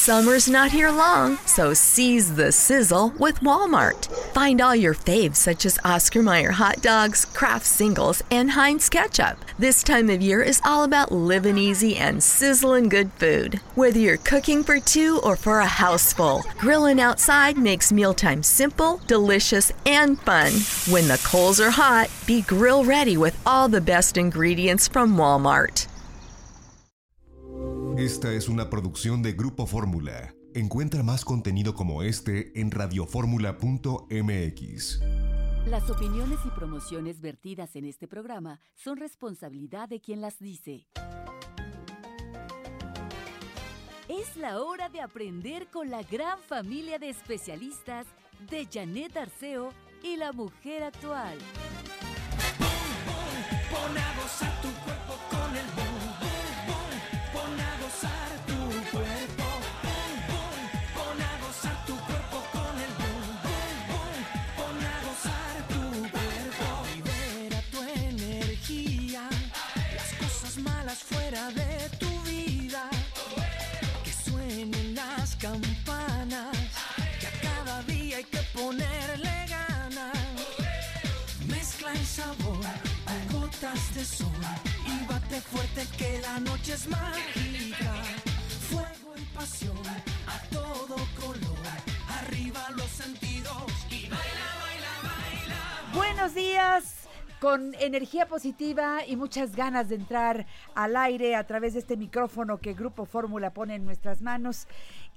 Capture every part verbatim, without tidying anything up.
Summer's not here long, so seize the sizzle with Walmart. Find all your faves such as Oscar Mayer hot dogs, Kraft Singles, and Heinz ketchup. This time of year is all about living easy and sizzling good food. Whether you're cooking for two or for a house full, grilling outside makes mealtime simple, delicious, and fun. When the coals are hot, be grill ready with all the best ingredients from Walmart. Esta es una producción de Grupo Fórmula. Encuentra más contenido como este en radioformula punto m x. Las opiniones y promociones vertidas en este programa son responsabilidad de quien las dice. Es la hora de aprender con la gran familia de especialistas de Janet Arceo y la mujer actual. Pon a gozar tu cuerpo con el boom, boom, boom. Pon a gozar tu cuerpo, boom, boom. Pon a gozar tu cuerpo con el boom, boom, boom. Pon a gozar tu cuerpo. Libera tu energía, las cosas malas fuera de tu vida. Que suenen las campanas, que a cada día hay que ponerle ganas. Mezcla el sabor, gotas de sol, y bate fuerte que la noche es mágica. Fuego y pasión a todo color, arriba los sentidos y baila, baila, baila. Buenos días, con energía positiva y muchas ganas de entrar al aire a través de este micrófono que Grupo Fórmula pone en nuestras manos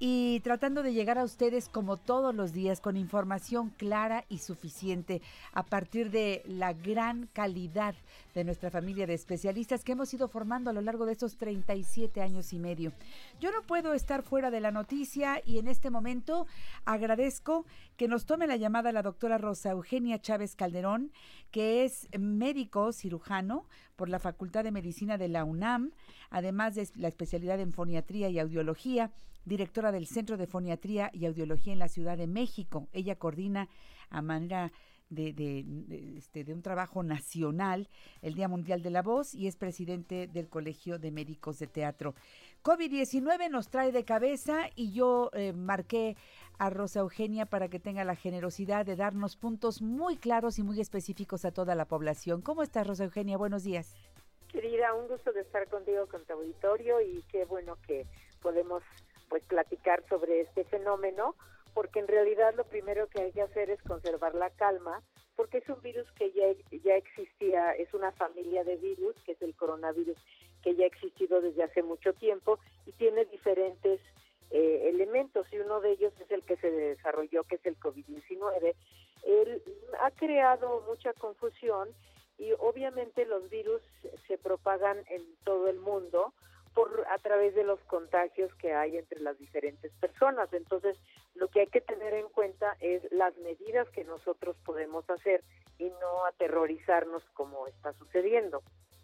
y tratando de llegar a ustedes como todos los días con información clara y suficiente a partir de la gran calidad de nuestra familia de especialistas que hemos ido formando a lo largo de estos treinta y siete años y medio. Yo no puedo estar fuera de la noticia y en este momento agradezco que nos tome la llamada la doctora Rosa Eugenia Chávez Calderón, que es médico cirujano por la Facultad de Medicina de la UNAM, además de la especialidad en foniatría y audiología, directora del Centro de Foniatría y Audiología en la Ciudad de México. Ella coordina a manera de, de, de, este, de un trabajo nacional el Día Mundial de la Voz y es presidente del Colegio de Médicos de Teatro. COVID diecinueve nos trae de cabeza y yo eh, marqué a Rosa Eugenia para que tenga la generosidad de darnos puntos muy claros y muy específicos a toda la población. ¿Cómo estás, Rosa Eugenia? Buenos días. Querida, un gusto de estar contigo, con tu auditorio, y qué bueno que podemos pues platicar sobre este fenómeno, porque en realidad lo primero que hay que hacer es conservar la calma, porque es un virus que ya, ya existía, es una familia de virus, que es el coronavirus, que ya ha existido desde hace mucho tiempo y tiene diferentes eh, elementos, y uno de ellos es el que se desarrolló, que es el COVID diecinueve. Él ha creado mucha confusión y obviamente los virus se propagan en todo el mundo por a través de los contagios que hay entre las diferentes personas. Entonces, lo que hay que tener en cuenta es las medidas que nosotros podemos hacer y no aterrorizarnos como está sucediendo.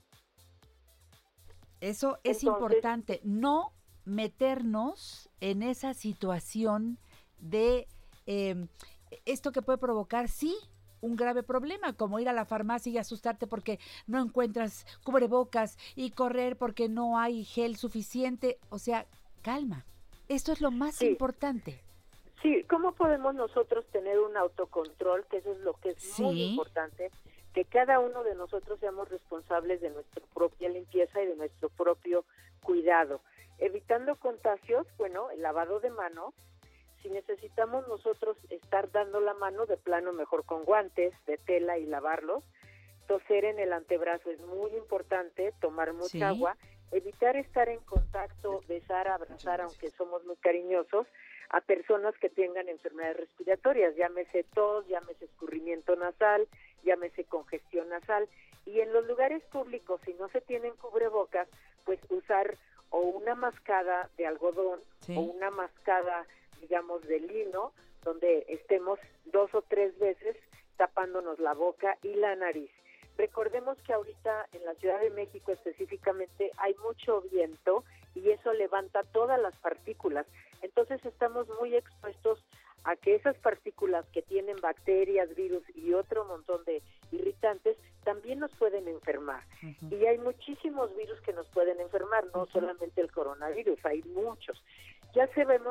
Eso es Entonces, importante, no meternos en esa situación de eh, esto que puede provocar, sí, un grave problema, como ir a la farmacia y asustarte porque no encuentras cubrebocas y correr porque no hay gel suficiente. O sea, calma. Esto es lo más sí. importante. Sí, ¿cómo podemos nosotros tener un autocontrol? Que eso es lo que es sí. muy importante, que cada uno de nosotros seamos responsables de nuestra propia limpieza y de nuestro propio cuidado. Evitando contagios, bueno, el lavado de manos. Si necesitamos nosotros estar dando la mano, de plano mejor con guantes de tela y lavarlos. Toser en el antebrazo es muy importante, tomar mucha sí. agua, evitar estar en contacto, besar, abrazar, aunque somos muy cariñosos, a personas que tengan enfermedades respiratorias, llámese tos, llámese escurrimiento nasal, llámese congestión nasal. Y en los lugares públicos, si no se tienen cubrebocas, pues usar o una mascada de algodón sí. o una mascada, digamos, de lino, donde estemos dos o tres veces tapándonos la boca y la nariz. Recordemos que ahorita en la Ciudad de México específicamente hay mucho viento y eso levanta todas las partículas. Entonces estamos muy expuestos a que esas partículas que tienen bacterias, virus y otro montón de irritantes también nos pueden enfermar. Uh-huh. Y hay muchísimos virus que nos pueden enfermar, no uh-huh. solamente el coronavirus, hay muchos. Ya sabemos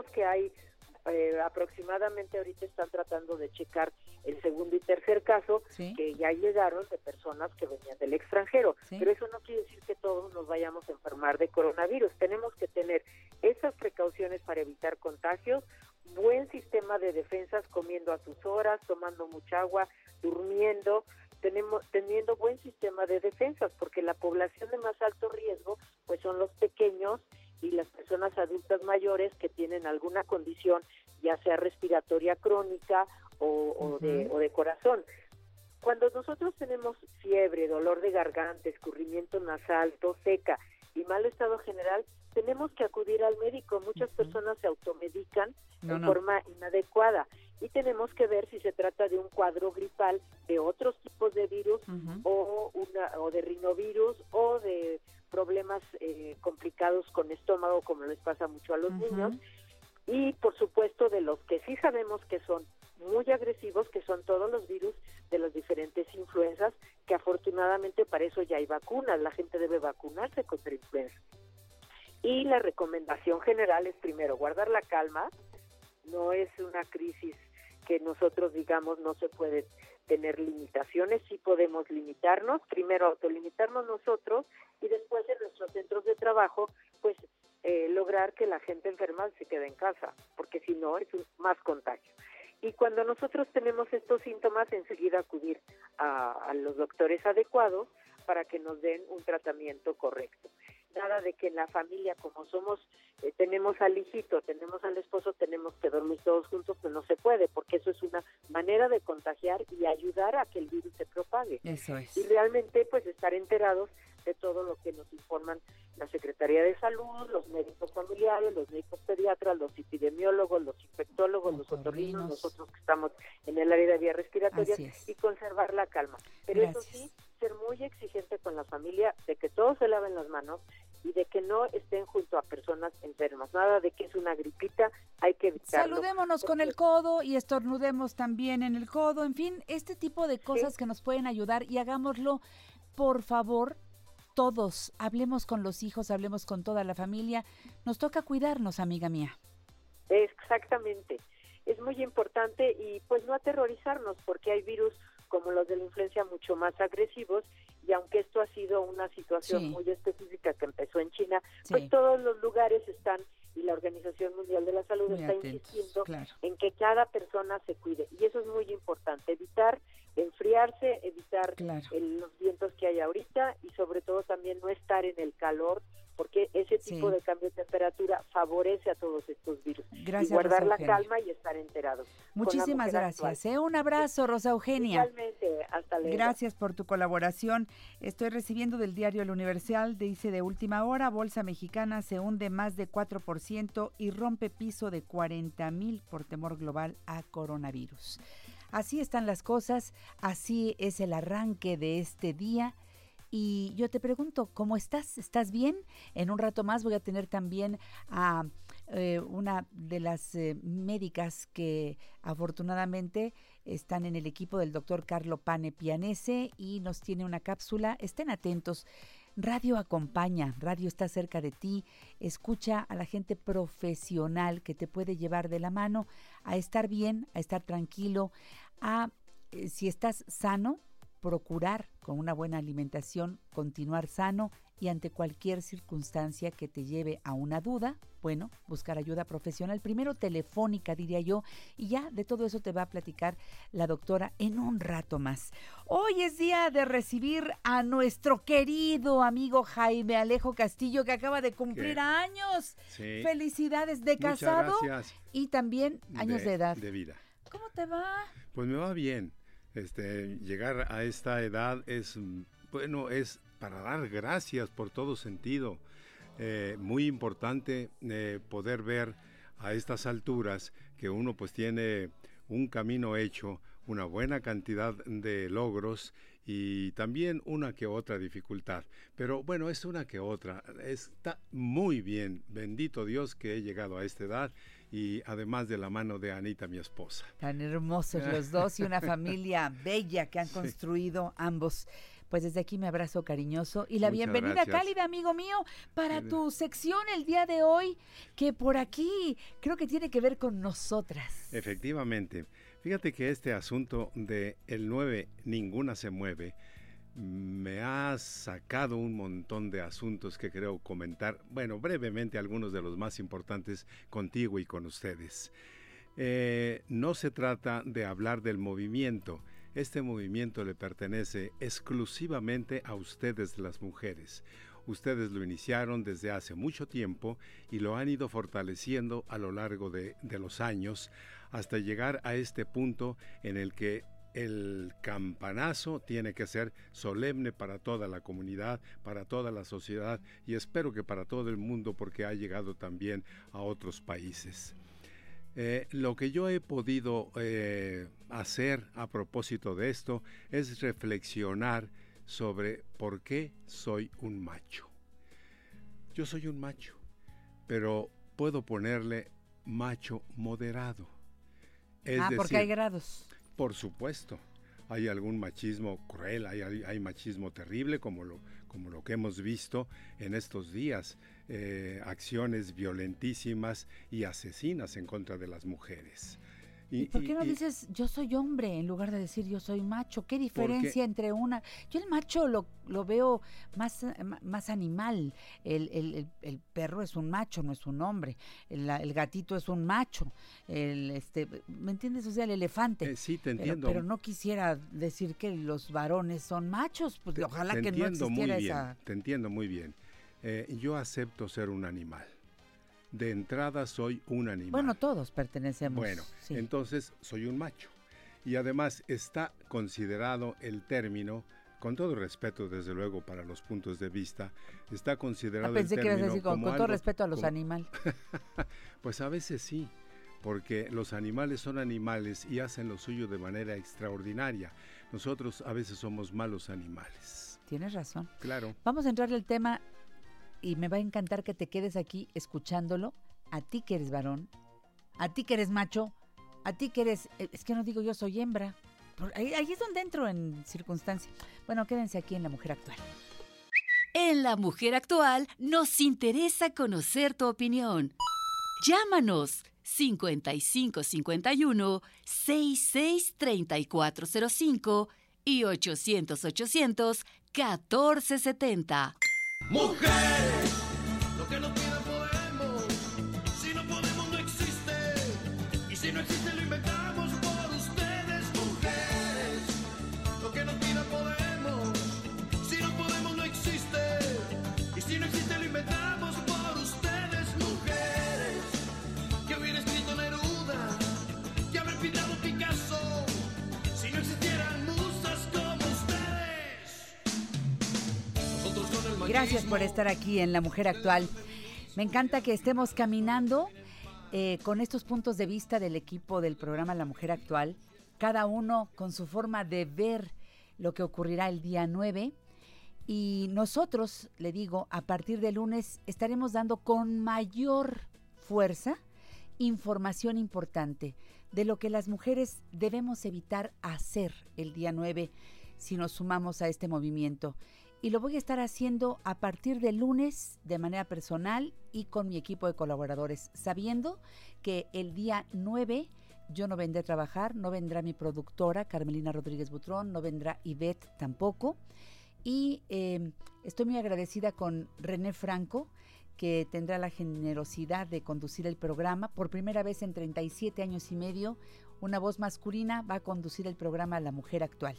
sabemos que hay eh, aproximadamente, ahorita están tratando de checar el segundo y tercer caso, ¿sí? que ya llegaron de personas que venían del extranjero, ¿sí? Pero eso no quiere decir que todos nos vayamos a enfermar de coronavirus. Tenemos que tener esas precauciones para evitar contagios, buen sistema de defensas, comiendo a sus horas, tomando mucha agua, durmiendo, tenemos teniendo buen sistema de defensas, porque la población de más alto riesgo pues son los pequeños y las personas adultas mayores que tienen alguna condición, ya sea respiratoria crónica o, o, uh-huh. de, o de corazón. Cuando nosotros tenemos fiebre, dolor de garganta, escurrimiento nasal, tos seca y mal estado general, tenemos que acudir al médico. Muchas uh-huh. personas se automedican no, en no. forma inadecuada y tenemos que ver si se trata de un cuadro gripal, de otros tipos de virus uh-huh. o, una, o de rinovirus o de problemas eh, complicados con estómago, como les pasa mucho a los uh-huh. niños, y por supuesto de los que sí sabemos que son muy agresivos, que son todos los virus de las diferentes influencias, que afortunadamente para eso ya hay vacunas, la gente debe vacunarse contra influenza. Y la recomendación general es primero guardar la calma, no es una crisis que nosotros digamos no se puede tener limitaciones, sí podemos limitarnos, primero autolimitarnos nosotros y después en nuestros centros de trabajo pues eh, lograr que la gente enferma se quede en casa, porque si no es un, más contagio. Y cuando nosotros tenemos estos síntomas, enseguida acudir a, a los doctores adecuados para que nos den un tratamiento correcto. Nada de que en la familia, como somos, eh, tenemos al hijito, tenemos al esposo, tenemos que dormir todos juntos, pues no se puede, porque eso es una manera de contagiar y ayudar a que el virus se propague. Eso es. Y realmente, pues, estar enterados de todo lo que nos informan la Secretaría de Salud, los médicos familiares, los médicos pediatras, los epidemiólogos, los infectólogos, los otorrinos, nosotros que estamos en el área de vías respiratorias, y conservar la calma. Pero Gracias. Eso sí, ser muy exigente con la familia, de que todos se laven las manos y de que no estén junto a personas enfermas. Nada de que es una gripita, hay que evitarlo. Saludémonos porque... con el codo y estornudemos también en el codo, en fin, este tipo de cosas sí. que nos pueden ayudar, y hagámoslo, por favor, todos. Hablemos con los hijos, hablemos con toda la familia. Nos toca cuidarnos, amiga mía. Exactamente. Es muy importante y pues no aterrorizarnos, porque hay virus como los de la influencia mucho más agresivos, y aunque esto ha sido una situación sí. muy específica que empezó en China, sí. pues todos los lugares están, y la Organización Mundial de la Salud muy está atentos, insistiendo claro. en que cada persona se cuide, y eso es muy importante, evitar enfriarse, evitar claro. el, los vientos que hay ahorita, y sobre todo también no estar en el calor, porque ese tipo sí. de cambio de temperatura favorece a todos estos virus. Gracias, y guardar Rosa la Eugenia. calma y estar enterados. Muchísimas gracias. ¿eh? Un abrazo, Rosa Eugenia. Igualmente, hasta luego. Gracias por tu colaboración. Estoy recibiendo del diario El Universal, dice de última hora, Bolsa Mexicana se hunde más de cuatro por ciento y rompe piso de cuarenta mil por temor global a coronavirus. Así están las cosas, así es el arranque de este día. Y yo te pregunto, ¿cómo estás? ¿Estás bien? En un rato más voy a tener también a eh, una de las eh, médicas que afortunadamente están en el equipo del doctor Carlo Pane Pianese y nos tiene una cápsula. Estén atentos. Radio acompaña, radio está cerca de ti. Escucha a la gente profesional que te puede llevar de la mano a estar bien, a estar tranquilo, a eh, si estás sano, procurar con una buena alimentación continuar sano, y ante cualquier circunstancia que te lleve a una duda, bueno, buscar ayuda profesional, primero telefónica diría yo, y ya de todo eso te va a platicar la doctora en un rato más. Hoy es día de recibir a nuestro querido amigo Jaime Alejo Castillo, que acaba de cumplir ¿Qué? años. Sí. Felicidades de Muchas casado gracias. Y también años de, de edad. De vida. ¿Cómo te va? Pues me va bien. Este, llegar a esta edad es, bueno, es para dar gracias por todo sentido. Eh, muy importante eh, poder ver a estas alturas que uno pues tiene un camino hecho, una buena cantidad de logros y también una que otra dificultad. Pero bueno, es una que otra. Está muy bien, bendito Dios que he llegado a esta edad. Y además de la mano de Anita, mi esposa. Tan hermosos los dos y una familia bella que han construido sí. ambos. pues desde aquí mi abrazo cariñoso y la Muchas bienvenida gracias. cálida, amigo mío, para Sí. tu sección el día de hoy, que por aquí creo que tiene que ver con nosotras. Efectivamente. Fíjate que este asunto de el nueve, ninguna se mueve, me ha sacado un montón de asuntos que creo comentar, bueno, brevemente algunos de los más importantes contigo y con ustedes. Eh, no se trata de hablar del movimiento. Este movimiento le pertenece exclusivamente a ustedes, las mujeres. Ustedes lo iniciaron desde hace mucho tiempo y lo han ido fortaleciendo a lo largo de, de los años hasta llegar a este punto en el que el campanazo tiene que ser solemne para toda la comunidad, para toda la sociedad y espero que para todo el mundo porque ha llegado también a otros países. Eh, lo que yo he podido eh, hacer a propósito de esto es reflexionar sobre por qué soy un macho. Yo soy un macho, pero puedo ponerle macho moderado. Es ah, decir, porque hay grados. por supuesto, hay algún machismo cruel, hay, hay, hay machismo terrible como lo, como lo que hemos visto en estos días, eh, acciones violentísimas y asesinas en contra de las mujeres. ¿Y, ¿Y por qué no y, dices yo soy hombre en lugar de decir yo soy macho? ¿Qué diferencia porque, entre una? Yo el macho lo, lo veo más, más animal. El, el, el perro es un macho, no es un hombre. El, el gatito es un macho. El, este, ¿me entiendes? O sea, el elefante. Eh, sí, te entiendo. Pero, pero no quisiera decir que los varones son machos. Pues te, ojalá te que no existiera muy bien, esa... Te entiendo muy bien. Eh, yo acepto ser un animal. De entrada soy un animal. Bueno, todos pertenecemos. Bueno, sí. Entonces soy un macho. Y además está considerado el término, con todo respeto desde luego para los puntos de vista, está considerado ah, pensé el que término ibas a decir con, como con todo algo, respeto a los como... animales. Pues a veces sí, porque los animales son animales y hacen lo suyo de manera extraordinaria. Nosotros a veces somos malos animales. Tienes razón. Claro. Vamos a entrarle al tema. Y me va a encantar que te quedes aquí escuchándolo, a ti que eres varón, a ti que eres macho, a ti que eres, es que no digo yo soy hembra, ahí, ahí es donde entro en circunstancia. Bueno, quédense aquí en La Mujer Actual. En La Mujer Actual nos interesa conocer tu opinión. Llámanos cincuenta y cinco cincuenta y uno, sesenta y seis, treinta y cuatro cero cinco y ochocientos, ochocientos, catorce setenta. Mujeres, lo que no tiene podemos, si no podemos no existe, y si no existe lo inventamos por ustedes. Mujeres, lo que no tiene podemos, si no podemos no existe, y si no existe lo inventamos por ustedes. Mujeres, que hubiera escrito Neruda, que haber pintado Picasso, si no existieran musas como ustedes. Nosotros con el Gracias por estar aquí en La Mujer Actual. Me encanta que estemos caminando eh, con estos puntos de vista del equipo del programa La Mujer Actual, cada uno con su forma de ver lo que ocurrirá el día nueve. Y nosotros, le digo, a partir de lunes estaremos dando con mayor fuerza información importante de lo que las mujeres debemos evitar hacer el día nueve si nos sumamos a este movimiento. Y lo voy a estar haciendo a partir de lunes de manera personal y con mi equipo de colaboradores, sabiendo que el día nueve yo no vendré a trabajar, no vendrá mi productora Carmelina Rodríguez Butrón, no vendrá Ivette tampoco. Y eh, estoy muy agradecida con René Franco, que tendrá la generosidad de conducir el programa. Por primera vez en treinta y siete años y medio, una voz masculina va a conducir el programa La Mujer Actual.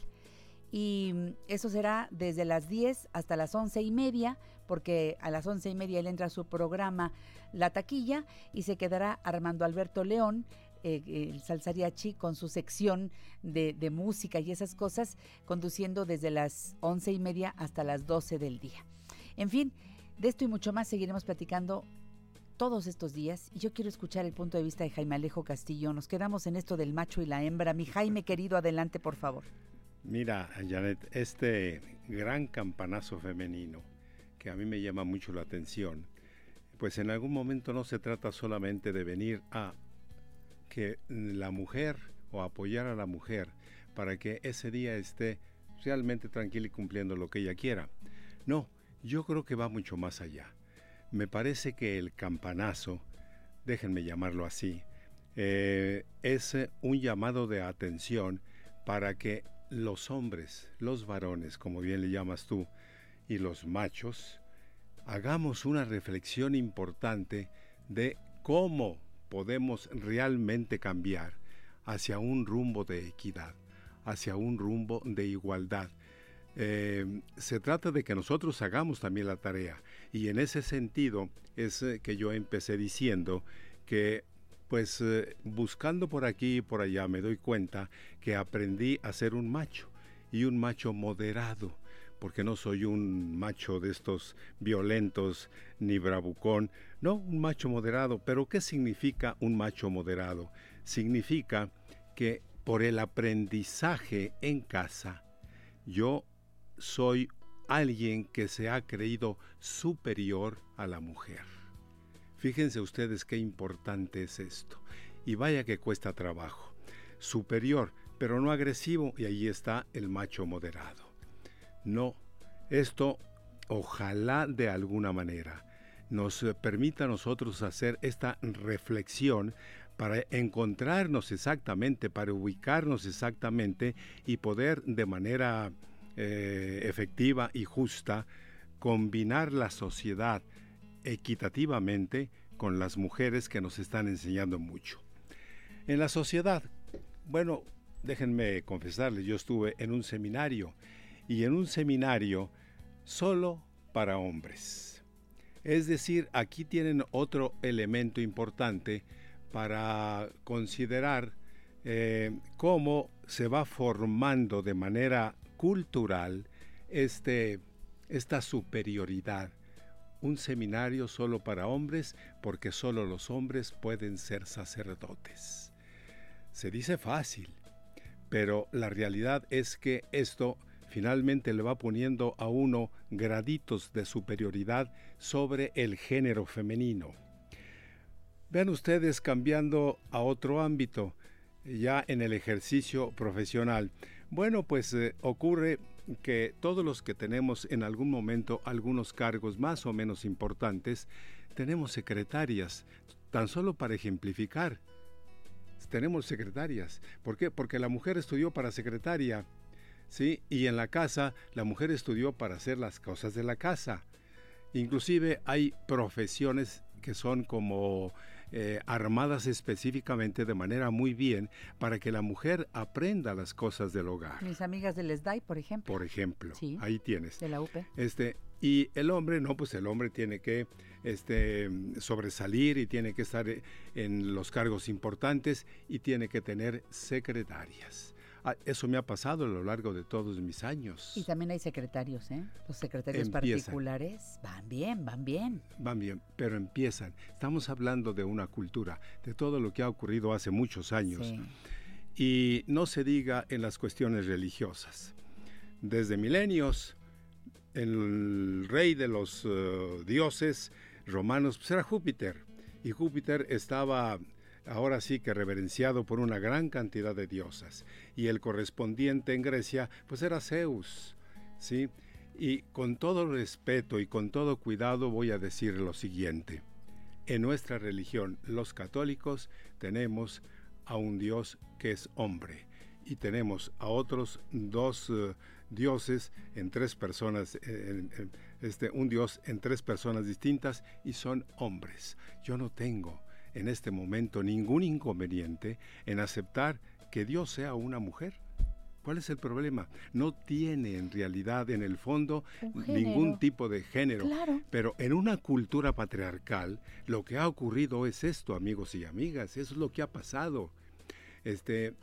Y eso será desde las diez hasta las once y media, porque a las once y media él entra a su programa La Taquilla y se quedará Armando Alberto León, eh, el salsariachi, con su sección de, de música y esas cosas, conduciendo desde las once y media hasta las doce del día. En fin, de esto y mucho más seguiremos platicando todos estos días, y yo quiero escuchar el punto de vista de Jaime Alejo Castillo. Nos quedamos en esto del macho y la hembra. Mi Jaime querido, adelante por favor. Mira, Janet, este gran campanazo femenino que a mí me llama mucho la atención, pues en algún momento no se trata solamente de venir a que la mujer o apoyar a la mujer para que ese día esté realmente tranquila y cumpliendo lo que ella quiera. No, yo creo que va mucho más allá. Me parece que el campanazo, déjenme llamarlo así, eh, es un llamado de atención para que los hombres, los varones, como bien le llamas tú, y los machos, hagamos una reflexión importante de cómo podemos realmente cambiar hacia un rumbo de equidad, hacia un rumbo de igualdad. Eh, se trata de que nosotros hagamos también la tarea, y en ese sentido es eh, que yo empecé diciendo que pues eh, buscando por aquí y por allá me doy cuenta que aprendí a ser un macho, y un macho moderado, porque no soy un macho de estos violentos ni bravucón, no, un macho moderado. Pero ¿qué significa un macho moderado? Significa que por el aprendizaje en casa, yo soy alguien que se ha creído superior a la mujer. Fíjense ustedes qué importante es esto. Y vaya que cuesta trabajo. Superior, pero no agresivo, y ahí está el macho moderado. No, esto ojalá de alguna manera nos permita a nosotros hacer esta reflexión para encontrarnos exactamente, para ubicarnos exactamente y poder de manera eh, efectiva y justa combinar la sociedad equitativamente con las mujeres que nos están enseñando mucho. En la sociedad, bueno, déjenme confesarles, yo estuve en un seminario, y en un seminario solo para hombres. Es decir, aquí tienen otro elemento importante para considerar eh, cómo se va formando de manera cultural este, esta superioridad. Un seminario solo para hombres, porque solo los hombres pueden ser sacerdotes. Se dice fácil, pero la realidad es que esto finalmente le va poniendo a uno graditos de superioridad sobre el género femenino. Vean ustedes, cambiando a otro ámbito, ya en el ejercicio profesional. Bueno, pues eh, ocurre que todos los que tenemos en algún momento algunos cargos más o menos importantes, tenemos secretarias, tan solo para ejemplificar. Tenemos secretarias. ¿Por qué? Porque la mujer estudió para secretaria, ¿sí? Y en la casa, la mujer estudió para hacer las cosas de la casa. Inclusive hay profesiones que son como eh, armadas específicamente de manera muy bien para que la mujer aprenda las cosas del hogar. Mis amigas del S D A I, por ejemplo. Por ejemplo, sí, ahí tienes. de la U P. Este, y el hombre, no, pues el hombre tiene que este, sobresalir y tiene que estar en los cargos importantes y tiene que tener secretarias. Ah, eso me ha pasado a lo largo de todos mis años. Y también hay secretarios, ¿eh? Los secretarios empiezan. Particulares van bien, van bien. Van bien, pero empiezan. Estamos hablando de una cultura, de todo lo que ha ocurrido hace muchos años. Sí. Y no se diga en las cuestiones religiosas. Desde milenios, el rey de los uh, dioses romanos pues era Júpiter. Y Júpiter estaba ahora sí que reverenciado por una gran cantidad de diosas, y el correspondiente en Grecia pues era Zeus, ¿sí? Y con todo respeto y con todo cuidado voy a decir lo siguiente: en nuestra religión, los católicos, tenemos a un Dios que es hombre, y tenemos a otros dos uh, dioses en tres personas, en, en, este, un Dios en tres personas distintas, y son hombres. Yo no tengo en este momento ningún inconveniente en aceptar que Dios sea una mujer. ¿Cuál es el problema? No tiene en realidad, en el fondo, ningún tipo de género. Claro. Pero en una cultura patriarcal, lo que ha ocurrido es esto, amigos y amigas. Eso es lo que ha pasado. Este,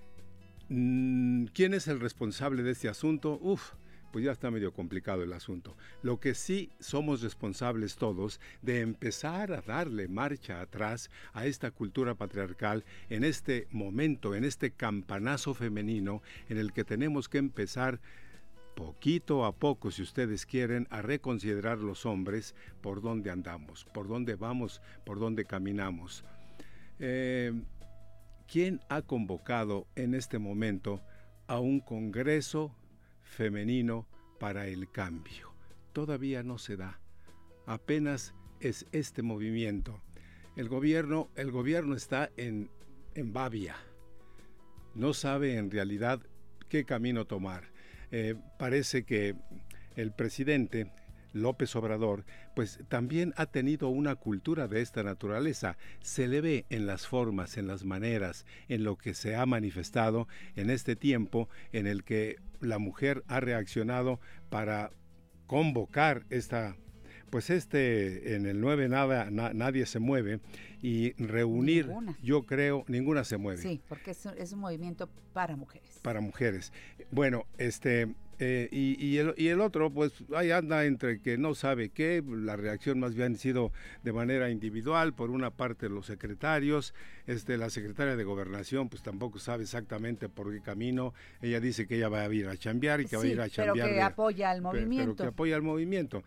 ¿quién es el responsable de este asunto? Uf, pues ya está medio complicado el asunto. Lo que sí somos responsables todos de empezar a darle marcha atrás a esta cultura patriarcal en este momento, en este campanazo femenino en el que tenemos que empezar poquito a poco, si ustedes quieren, a reconsiderar los hombres por dónde andamos, por dónde vamos, por dónde caminamos. Eh, ¿Quién ha convocado en este momento a un congreso femenino para el cambio. Todavía no se da. Apenas es este movimiento. El gobierno, el gobierno está en, en babia. No sabe en realidad qué camino tomar. Eh, parece que el presidente López Obrador, pues también ha tenido una cultura de esta naturaleza. Se le ve en las formas, en las maneras, en lo que se ha manifestado en este tiempo en el que la mujer ha reaccionado para convocar esta, pues este, en el nueve nada, na, nadie se mueve, y reunir, ninguna. yo creo, ninguna se mueve. Sí, porque es, es un movimiento para mujeres. Para mujeres. Bueno, este... Eh, y, y, el, y el otro, pues ahí anda entre que no sabe qué, la reacción más bien ha sido de manera individual, por una parte los secretarios, este, la secretaria de Gobernación pues tampoco sabe exactamente por qué camino, ella dice que ella va a ir a chambear y que sí, va a ir a chambear. pero que de, apoya al movimiento. Pero que apoya al movimiento.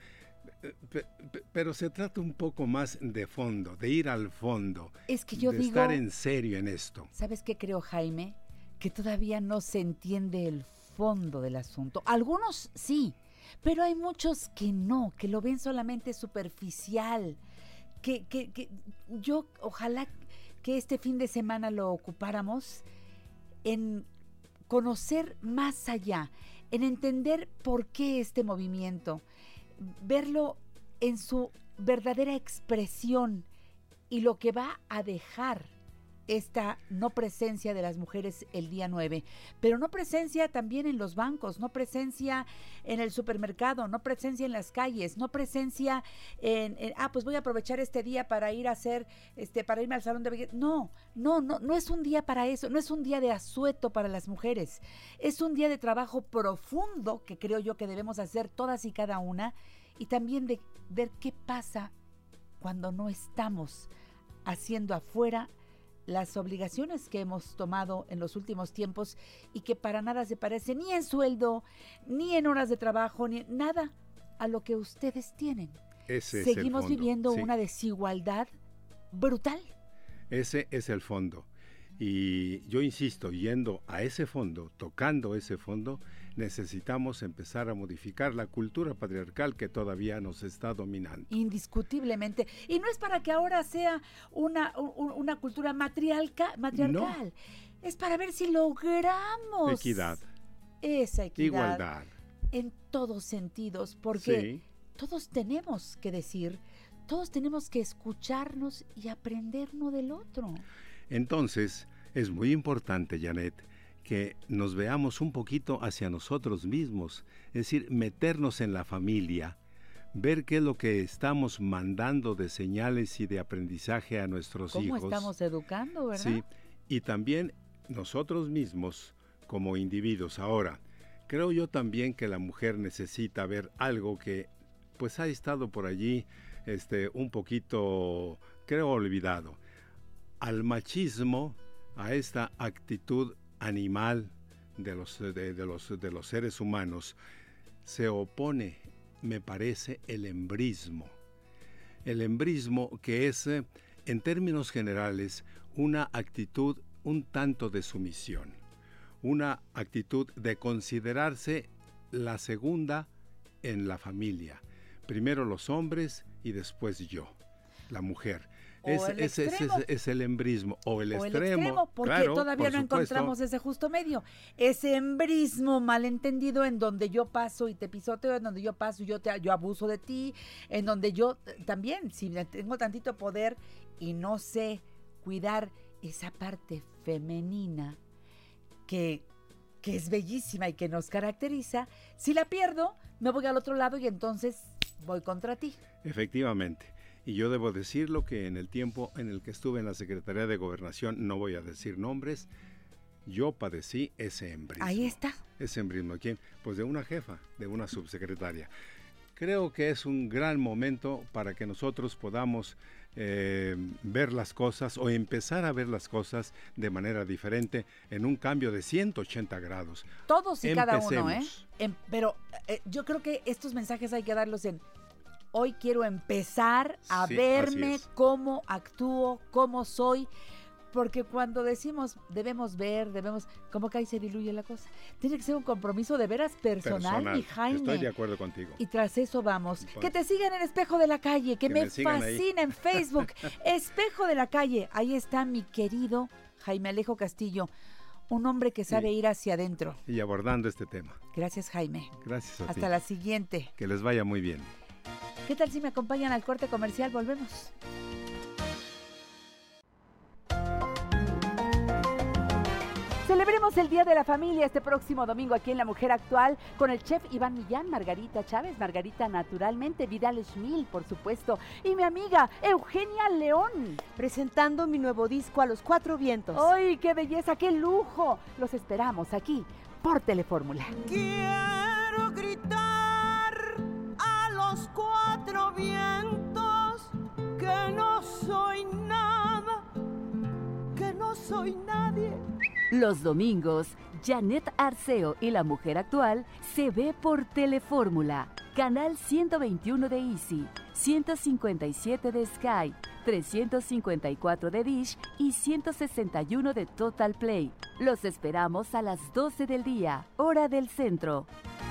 Pero se trata un poco más de fondo, de ir al fondo, es que yo de digo, estar en serio en esto. ¿Sabes qué creo, Jaime? Que todavía no se entiende el fondo del asunto. Algunos sí, pero hay muchos que no, que lo ven solamente superficial, que, que, que yo ojalá que este fin de semana lo ocupáramos en conocer más allá, en entender por qué este movimiento, verlo en su verdadera expresión y lo que va a dejar esta no presencia de las mujeres el día nueve, pero no presencia también en los bancos, no presencia en el supermercado, no presencia en las calles, no presencia en, en ah, pues voy a aprovechar este día para ir a hacer, este, para irme al salón de belleza. No, no, no, no es un día para eso, no es un día de asueto para las mujeres, es un día de trabajo profundo que creo yo que debemos hacer todas y cada una, y también de ver qué pasa cuando no estamos haciendo afuera las obligaciones que hemos tomado en los últimos tiempos y que para nada se parece ni en sueldo, ni en horas de trabajo, ni en nada a lo que ustedes tienen. Ese Seguimos es el fondo, viviendo sí. una desigualdad brutal. Ese es el fondo. Y yo insisto, yendo a ese fondo, tocando ese fondo, necesitamos empezar a modificar la cultura patriarcal que todavía nos está dominando. Indiscutiblemente. Y no es para que ahora sea una, un, una cultura matriarca, matriarcal. No. Es para ver si logramos equidad. Esa equidad. Igualdad. En todos sentidos, porque sí. todos tenemos que decir, todos tenemos que escucharnos y aprender uno del otro. Entonces, es muy importante, Janet, que nos veamos un poquito hacia nosotros mismos, es decir, meternos en la familia, ver qué es lo que estamos mandando de señales y de aprendizaje a nuestros ¿Cómo hijos. ¿Cómo estamos educando, verdad? Sí, y también nosotros mismos como individuos. Ahora, creo yo también que la mujer necesita ver algo que pues ha estado por allí este, un poquito, creo, olvidado. Al machismo, a esta actitud animal de los, de, de los, de los seres humanos, se opone, me parece, el embrismo. El embrismo que es, en términos generales, una actitud un tanto de sumisión, una actitud de considerarse la segunda en la familia. Primero los hombres y después yo, la mujer. Es, el es, es, es, es el embrismo o el o extremo. El extremo porque claro, todavía por no supuesto. encontramos ese justo medio. Ese embrismo malentendido en donde yo paso y te pisoteo, en donde yo paso y yo, te, yo abuso de ti, en donde yo también, si tengo tantito poder y no sé cuidar esa parte femenina que, que es bellísima y que nos caracteriza, si la pierdo, me voy al otro lado y entonces voy contra ti. Efectivamente. Y yo debo decirlo que en el tiempo en el que estuve en la Secretaría de Gobernación, no voy a decir nombres, yo padecí ese embrismo. Ahí está. Ese embrismo. ¿Quién? Pues de una jefa, de una subsecretaria. Creo que es un gran momento para que nosotros podamos eh, ver las cosas o empezar a ver las cosas de manera diferente en un cambio de ciento ochenta grados. Todos y Empecemos. cada uno, ¿eh? En, pero eh, yo creo que estos mensajes hay que darlos en... Hoy quiero empezar a sí, verme es. cómo actúo, cómo soy, porque cuando decimos debemos ver, debemos, como que ahí se diluye la cosa. Tiene que ser un compromiso de veras personal, Personal. mi Jaime. Estoy de acuerdo contigo. Y tras eso vamos. Pues, Que te sigan en Espejo de la Calle, que, que me, me sigan ahí. fascina en Facebook. Espejo de la Calle, ahí está mi querido Jaime Alejo Castillo, un hombre que sabe Sí. ir hacia adentro. Y abordando este tema. Gracias, Jaime. Gracias a ti. Hasta la siguiente. Que les vaya muy bien. ¿Qué tal si me acompañan al corte comercial? Volvemos. Celebremos el Día de la Familia este próximo domingo aquí en La Mujer Actual con el chef Iván Millán, Margarita Chávez, Margarita Naturalmente, Vidal Schmil, por supuesto, y mi amiga Eugenia León. Presentando mi nuevo disco A los Cuatro Vientos. ¡Ay, qué belleza, qué lujo! Los esperamos aquí por Telefórmula. Quiero gritar a los cuatro vientos que no soy nada, que no soy nadie. Los domingos, Janet Arceo y La Mujer Actual se ve por Telefórmula, canal ciento veintiuno de Easy, ciento cincuenta y siete de Sky, trescientos cincuenta y cuatro de Dish y ciento sesenta y uno de Total Play. Los esperamos a las doce del día, hora del centro.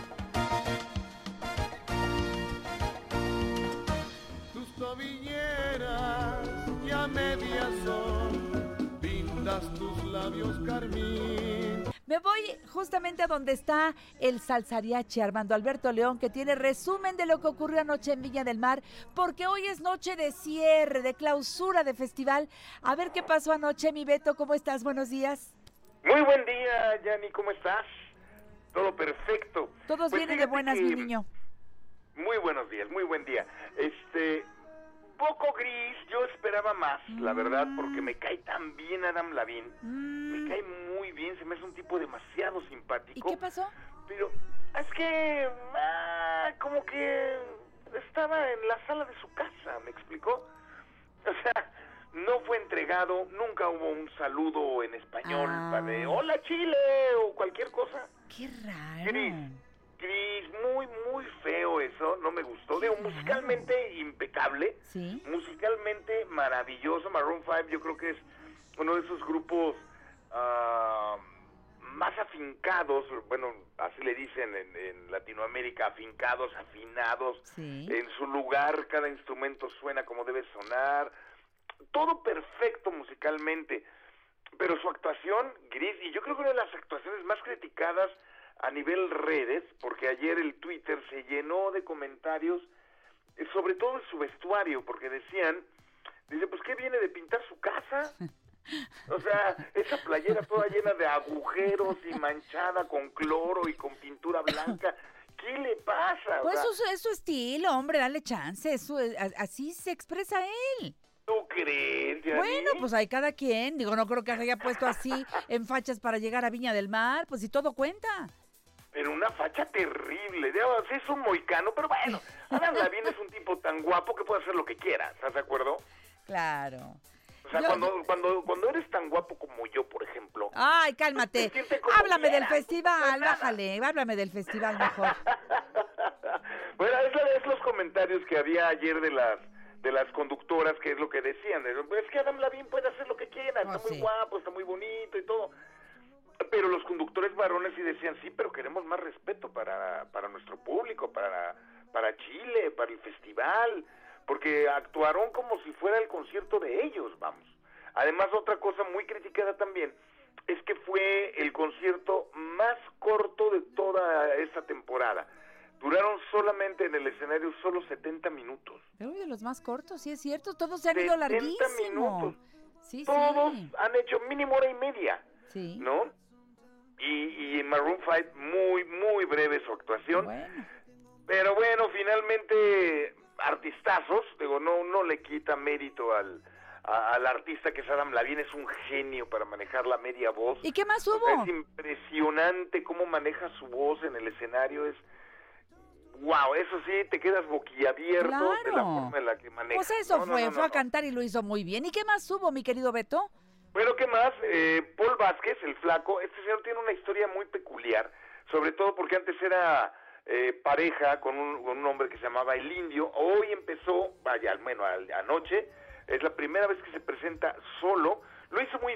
Tus tobilleras ya medias son, pintas tus labios carmín. Me voy justamente a donde está el salsariache Armando Alberto León, que tiene resumen de lo que ocurrió anoche en Viña del Mar, porque hoy es noche de cierre, de clausura de festival. A ver qué pasó anoche, mi Beto, ¿cómo estás? Buenos días. Muy buen día, Yanni, ¿cómo estás? Todo perfecto. Todos Pues vienen de fíjate buenas, que- mi niño. Muy buenos días, muy buen día. Este, poco gris, yo esperaba más, la verdad, porque me cae tan bien Adam Levine. Mm, Me cae muy bien, se me hace un tipo demasiado ¿Y simpático. qué pasó? Pero es que, ah, como que estaba en la sala de su casa, ¿me explicó? O sea, no fue entregado, nunca hubo un saludo en español Ah. para de hola Chile o cualquier cosa. Qué raro. Gris, gris, muy, muy feo eso, no me gustó. Digo, Qué musicalmente impecable, Sí. musicalmente maravilloso. Maroon cinco yo creo que es uno de esos grupos ah, más afincados, bueno, así le dicen en, en Latinoamérica, afincados, afinados, Sí. en su lugar, cada instrumento suena como debe sonar, todo perfecto musicalmente, pero su actuación, gris, y yo creo que una de las actuaciones más criticadas a nivel redes, porque ayer el Twitter se llenó de comentarios, eh, sobre todo en su vestuario, porque decían, dice, pues ¿qué viene de pintar su casa? O sea, esa playera toda llena de agujeros y manchada con cloro y con pintura blanca, ¿qué le pasa? O Pues sea, eso es su estilo, hombre, dale chance. Eso es- a- así se expresa él. ¿tú crees, Yanni? Bueno, pues hay cada quien. Digo, no creo que se haya puesto así en fachas para llegar a Viña del Mar. Pues si todo cuenta. Pero una facha terrible, digamos, es un moicano, pero bueno, Adam Levine es un tipo tan guapo que puede hacer lo que quiera, ¿estás de acuerdo? Claro. O sea, Yo- cuando, cuando, cuando eres tan guapo como yo, por ejemplo. Ay, cálmate. Siente como Háblame del quieras, festival, no pasa nada. bájale. Háblame del festival mejor. Bueno, es, la- es los comentarios que había ayer de las de las conductoras, que es lo que decían. Es que Adam Levine puede hacer lo que quiera, Oh, está muy sí. guapo, está muy bonito y todo. Pero los conductores varones sí decían, sí, pero queremos más respeto para, para nuestro público, para, para Chile, para el festival, porque actuaron como si fuera el concierto de ellos, vamos. Además, otra cosa muy criticada también es que fue el concierto más corto de toda esta temporada. Duraron solamente en el escenario solo setenta minutos. Pero de los más cortos, sí es cierto. Todos se han ido setenta larguísimo. minutos. Sí, Todos sí. han hecho mínimo hora y media, Sí. ¿no? Y, y en Maroon cinco muy, muy breve su actuación. Bueno. Pero bueno, finalmente, artistazos, digo, no, no le quita mérito al, a- al artista que es Adam Levine, es un genio para manejar la media voz. ¿Y qué más O sea, hubo? es impresionante cómo maneja su voz en el escenario, es... Wow, eso sí, te quedas boquiabierto de la Claro. forma en la que maneja. Pues eso No, no, fue, no, fue no, a no. cantar y lo hizo muy bien. ¿Y qué más hubo, mi querido Beto? Bueno, ¿qué más? Eh, Paul Vázquez, el flaco, este señor tiene una historia muy peculiar, sobre todo porque antes era eh, pareja con un, con un hombre que se llamaba El Indio. Hoy empezó, vaya, al- bueno, al- anoche, es la primera vez que se presenta solo. Lo hizo muy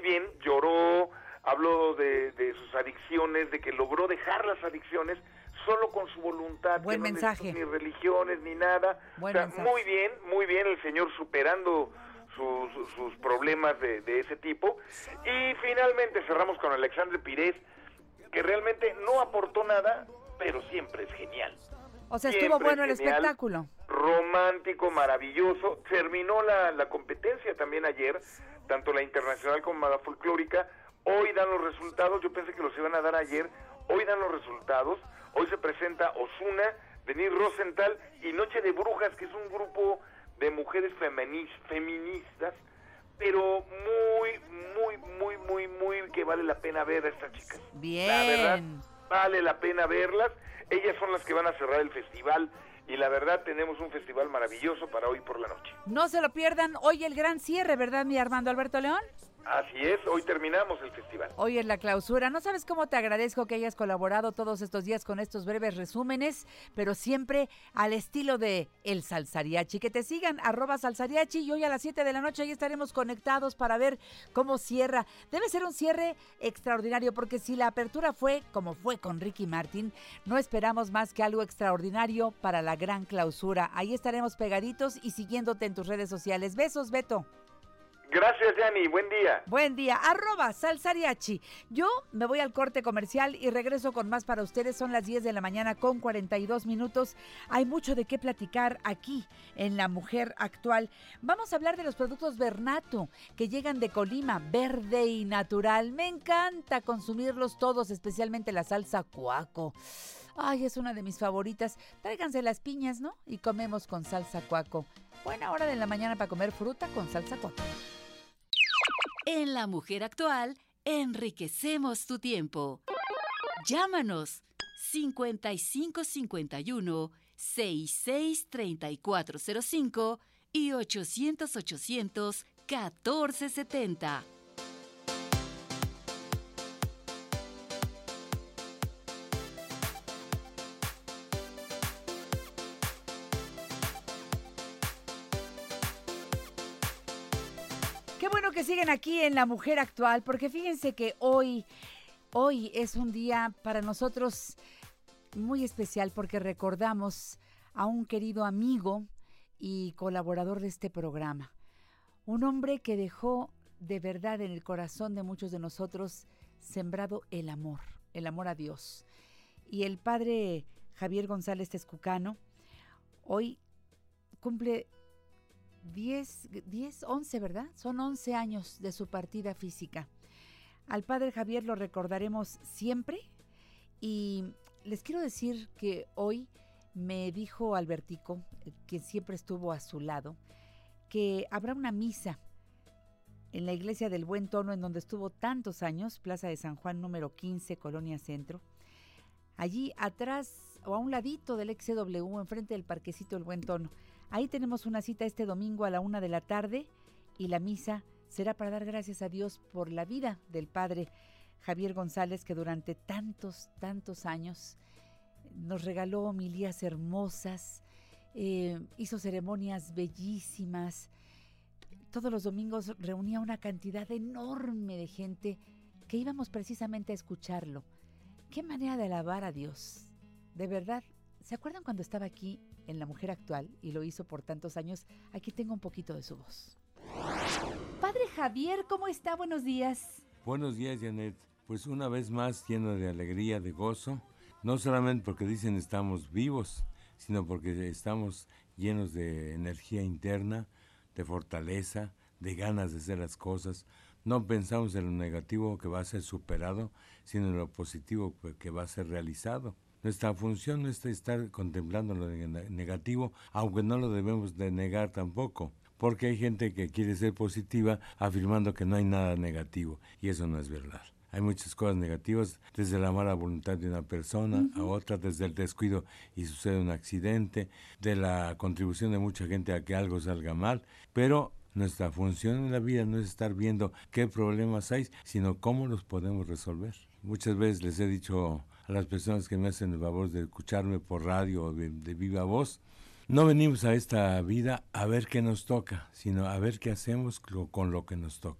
bien, lloró, habló de, de sus adicciones, de que logró dejar las adicciones solo con su voluntad. Buen que no mensaje. Ni religiones, ni nada. Buen o sea, mensaje. muy bien, muy bien el señor superando sus, sus problemas de, de ese tipo. Y finalmente cerramos con Alexandre Pires, que realmente no aportó nada, pero siempre es genial. O sea, Siempre estuvo bueno el genial, espectáculo. Romántico, maravilloso. Terminó la, la competencia también ayer, tanto la internacional como la folclórica. Hoy dan los resultados, yo pensé que los iban a dar ayer. Hoy dan los resultados. Hoy se presenta Ozuna, Denise Rosenthal y Noche de Brujas, que es un grupo de mujeres feminis, feministas, pero muy, muy, muy, muy, muy que vale la pena ver a estas chicas. Bien. La verdad, vale la pena verlas. Ellas son las que van a cerrar el festival y la verdad tenemos un festival maravilloso para hoy por la noche. No se lo pierdan, hoy el gran cierre, ¿verdad, mi Armando Alberto León? Así es, hoy terminamos el festival. Hoy es la clausura. No sabes cómo te agradezco que hayas colaborado todos estos días con estos breves resúmenes, pero siempre al estilo de El Salsariachi. Que te sigan, arroba Salsariachi, y hoy a las siete de la noche ahí estaremos conectados para ver cómo cierra. Debe ser un cierre extraordinario, porque si la apertura fue como fue con Ricky Martin, no esperamos más que algo extraordinario para la gran clausura. Ahí estaremos pegaditos y siguiéndote en tus redes sociales. Besos, Beto. Gracias, Yani. Buen día. Buen día. Arroba Salsariachi. Yo me voy al corte comercial y regreso con más para ustedes. Son las diez de la mañana con cuarenta y dos minutos. Hay mucho de qué platicar aquí en La Mujer Actual. Vamos a hablar de los productos Bernato que llegan de Colima, verde y natural. Me encanta consumirlos todos, especialmente la salsa cuaco. Ay, es una de mis favoritas. Tráiganse las piñas, ¿no? Y comemos con salsa cuaco. Buena hora de la mañana para comer fruta con salsa cuaco. En La Mujer Actual, enriquecemos tu tiempo. Llámanos cincuenta y cinco cincuenta y uno, sesenta y seis treinta y cuatro cero cinco y ochocientos ochocientos catorce setenta. Qué bueno que siguen aquí en La Mujer Actual, porque fíjense que hoy, hoy es un día para nosotros muy especial, porque recordamos a un querido amigo y colaborador de este programa. Un hombre que dejó de verdad en el corazón de muchos de nosotros sembrado el amor, el amor a Dios. Y el padre Javier González Tezcucano hoy cumple diez, diez, once, ¿verdad? Son once años de su partida física. Al padre Javier lo recordaremos siempre y les quiero decir que hoy me dijo Albertico, quien siempre estuvo a su lado, que habrá una misa en la iglesia del Buen Tono, en donde estuvo tantos años, Plaza de San Juan número quince, Colonia Centro. Allí atrás o a un ladito del ex C W, enfrente del parquecito El Buen Tono. Ahí tenemos una cita este domingo a la una de la tarde y la misa será para dar gracias a Dios por la vida del padre Javier González, que durante tantos, tantos años nos regaló homilías hermosas, eh, hizo ceremonias bellísimas. Todos los domingos reunía una cantidad enorme de gente que íbamos precisamente a escucharlo. Qué manera de alabar a Dios. De verdad, ¿se acuerdan cuando estaba aquí en La Mujer Actual y lo hizo por tantos años? Aquí tengo un poquito de su voz. Padre Javier, ¿cómo está? Buenos días. Buenos días, Janet. Pues una vez más lleno de alegría, de gozo, no solamente porque dicen estamos vivos, sino porque estamos llenos de energía interna, de fortaleza, de ganas de hacer las cosas. No pensamos en lo negativo que va a ser superado, sino en lo positivo que va a ser realizado. Nuestra función no es estar contemplando lo negativo, aunque no lo debemos de negar tampoco, porque hay gente que quiere ser positiva afirmando que no hay nada negativo, y eso no es verdad. Hay muchas cosas negativas, desde la mala voluntad de una persona uh-huh. a otra, desde el descuido y sucede un accidente, de la contribución de mucha gente a que algo salga mal, pero nuestra función en la vida no es estar viendo qué problemas hay, sino cómo los podemos resolver. Muchas veces les he dicho a las personas que me hacen el favor de escucharme por radio o de, de viva voz, no venimos a esta vida a ver qué nos toca, sino a ver qué hacemos con lo que nos toca.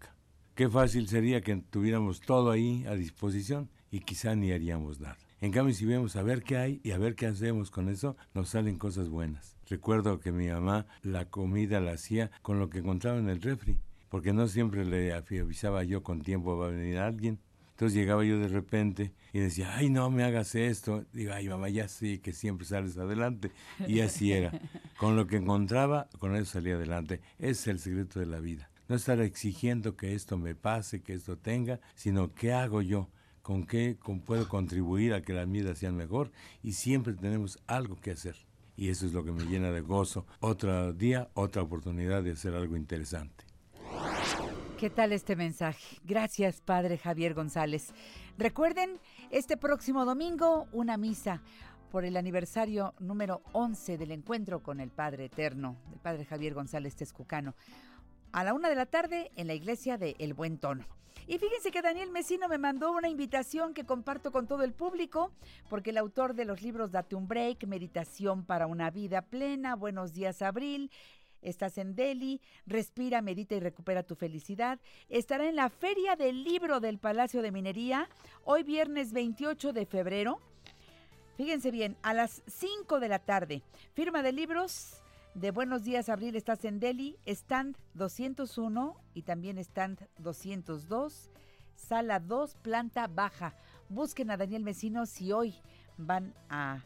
qué fácil sería que tuviéramos todo ahí a disposición y quizá ni haríamos nada. En cambio, si vemos a ver qué hay y a ver qué hacemos con eso, nos salen cosas buenas. Recuerdo que mi mamá la comida la hacía con lo que encontraba en el refri, porque no siempre le avisaba yo con tiempo va a venir alguien. Entonces llegaba yo de repente y decía, ay, no me hagas esto. Digo, ay, mamá, ya sé que siempre sales adelante. Y así era. Con lo que encontraba, con eso salía adelante. Ese es el secreto de la vida. No estar exigiendo que esto me pase, que esto tenga, sino qué hago yo, con qué con, puedo contribuir a que las vidas sean mejor. Y siempre tenemos algo que hacer. Y eso es lo que me llena de gozo. Otro día, otra oportunidad de hacer algo interesante. ¿Qué tal este mensaje? Gracias, Padre Javier González. Recuerden, este próximo domingo, una misa por el aniversario número once del encuentro con el Padre Eterno, el Padre Javier González Texcucano, a la una de la tarde en la iglesia de El Buen Tono. Y fíjense que Daniel Mesino me mandó una invitación que comparto con todo el público, porque el autor de los libros Date un Break, Meditación para una Vida Plena, Buenos Días Abril, Estás en Delhi, Respira, Medita y Recupera tu Felicidad, estará en la Feria del Libro del Palacio de Minería, hoy viernes veintiocho de febrero. Fíjense bien, a las cinco de la tarde, firma de libros de Buenos Días Abril, Estás en Delhi, stand doscientos uno y también stand doscientos dos, sala dos, planta baja. Busquen a Daniel Mesino si hoy van a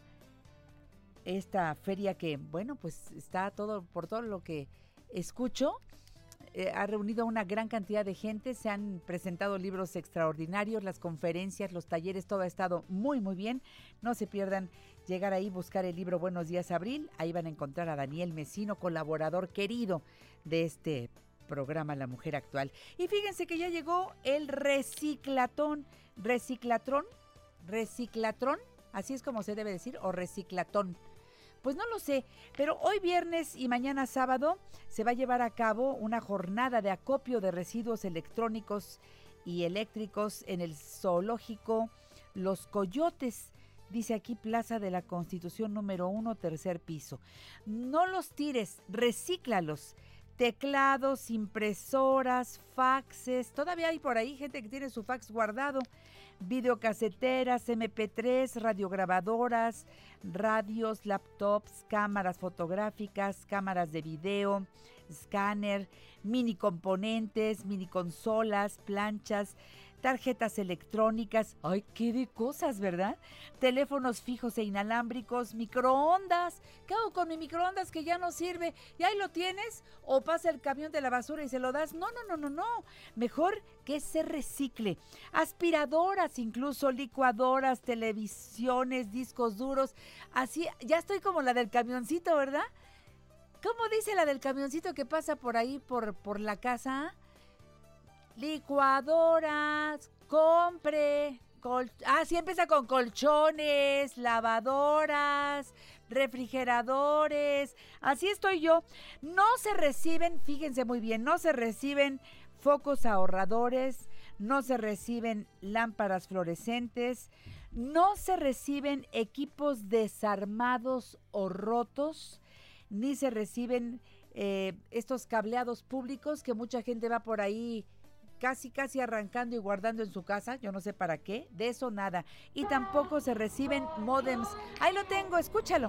esta feria que, bueno, pues está todo, por todo lo que escucho, eh, ha reunido a una gran cantidad de gente, se han presentado libros extraordinarios, las conferencias, los talleres, todo ha estado muy, muy bien. No se pierdan llegar ahí, buscar el libro Buenos Días Abril, ahí van a encontrar a Daniel Mesino, colaborador querido de este programa La Mujer Actual. Y fíjense que ya llegó el reciclatón, reciclatrón, reciclatrón, así es como se debe decir, o reciclatón. Pues no lo sé, pero hoy viernes y mañana sábado se va a llevar a cabo una jornada de acopio de residuos electrónicos y eléctricos en el zoológico Los Coyotes. Dice aquí Plaza de la Constitución número uno, tercer piso. No los tires, recíclalos. Teclados, impresoras, faxes, todavía hay por ahí gente que tiene su fax guardado, videocaseteras, eme pe tres, radiograbadoras, radios, laptops, cámaras fotográficas, cámaras de video, escáner, mini componentes, mini consolas, planchas, tarjetas electrónicas, ay, qué de cosas, ¿verdad? Teléfonos fijos e inalámbricos, microondas. ¿Qué hago con mi microondas que ya no sirve? ¿Y ahí lo tienes? ¿O pasa el camión de la basura y se lo das? No, no, no, no, no. Mejor que se recicle. Aspiradoras, incluso licuadoras, televisiones, discos duros. Así, ya estoy como la del camioncito, ¿verdad? ¿Cómo dice la del camioncito que pasa por ahí, por, por la casa? Licuadoras, compre, col- ah, sí empieza con colchones, lavadoras, refrigeradores, así estoy yo. No se reciben, fíjense muy bien, no se reciben focos ahorradores, no se reciben lámparas fluorescentes, no se reciben equipos desarmados o rotos, ni se reciben eh, estos cableados públicos que mucha gente va por ahí casi casi arrancando y guardando en su casa, yo no sé para qué, de eso nada. Y tampoco se reciben módems. Ahí lo tengo, escúchalo.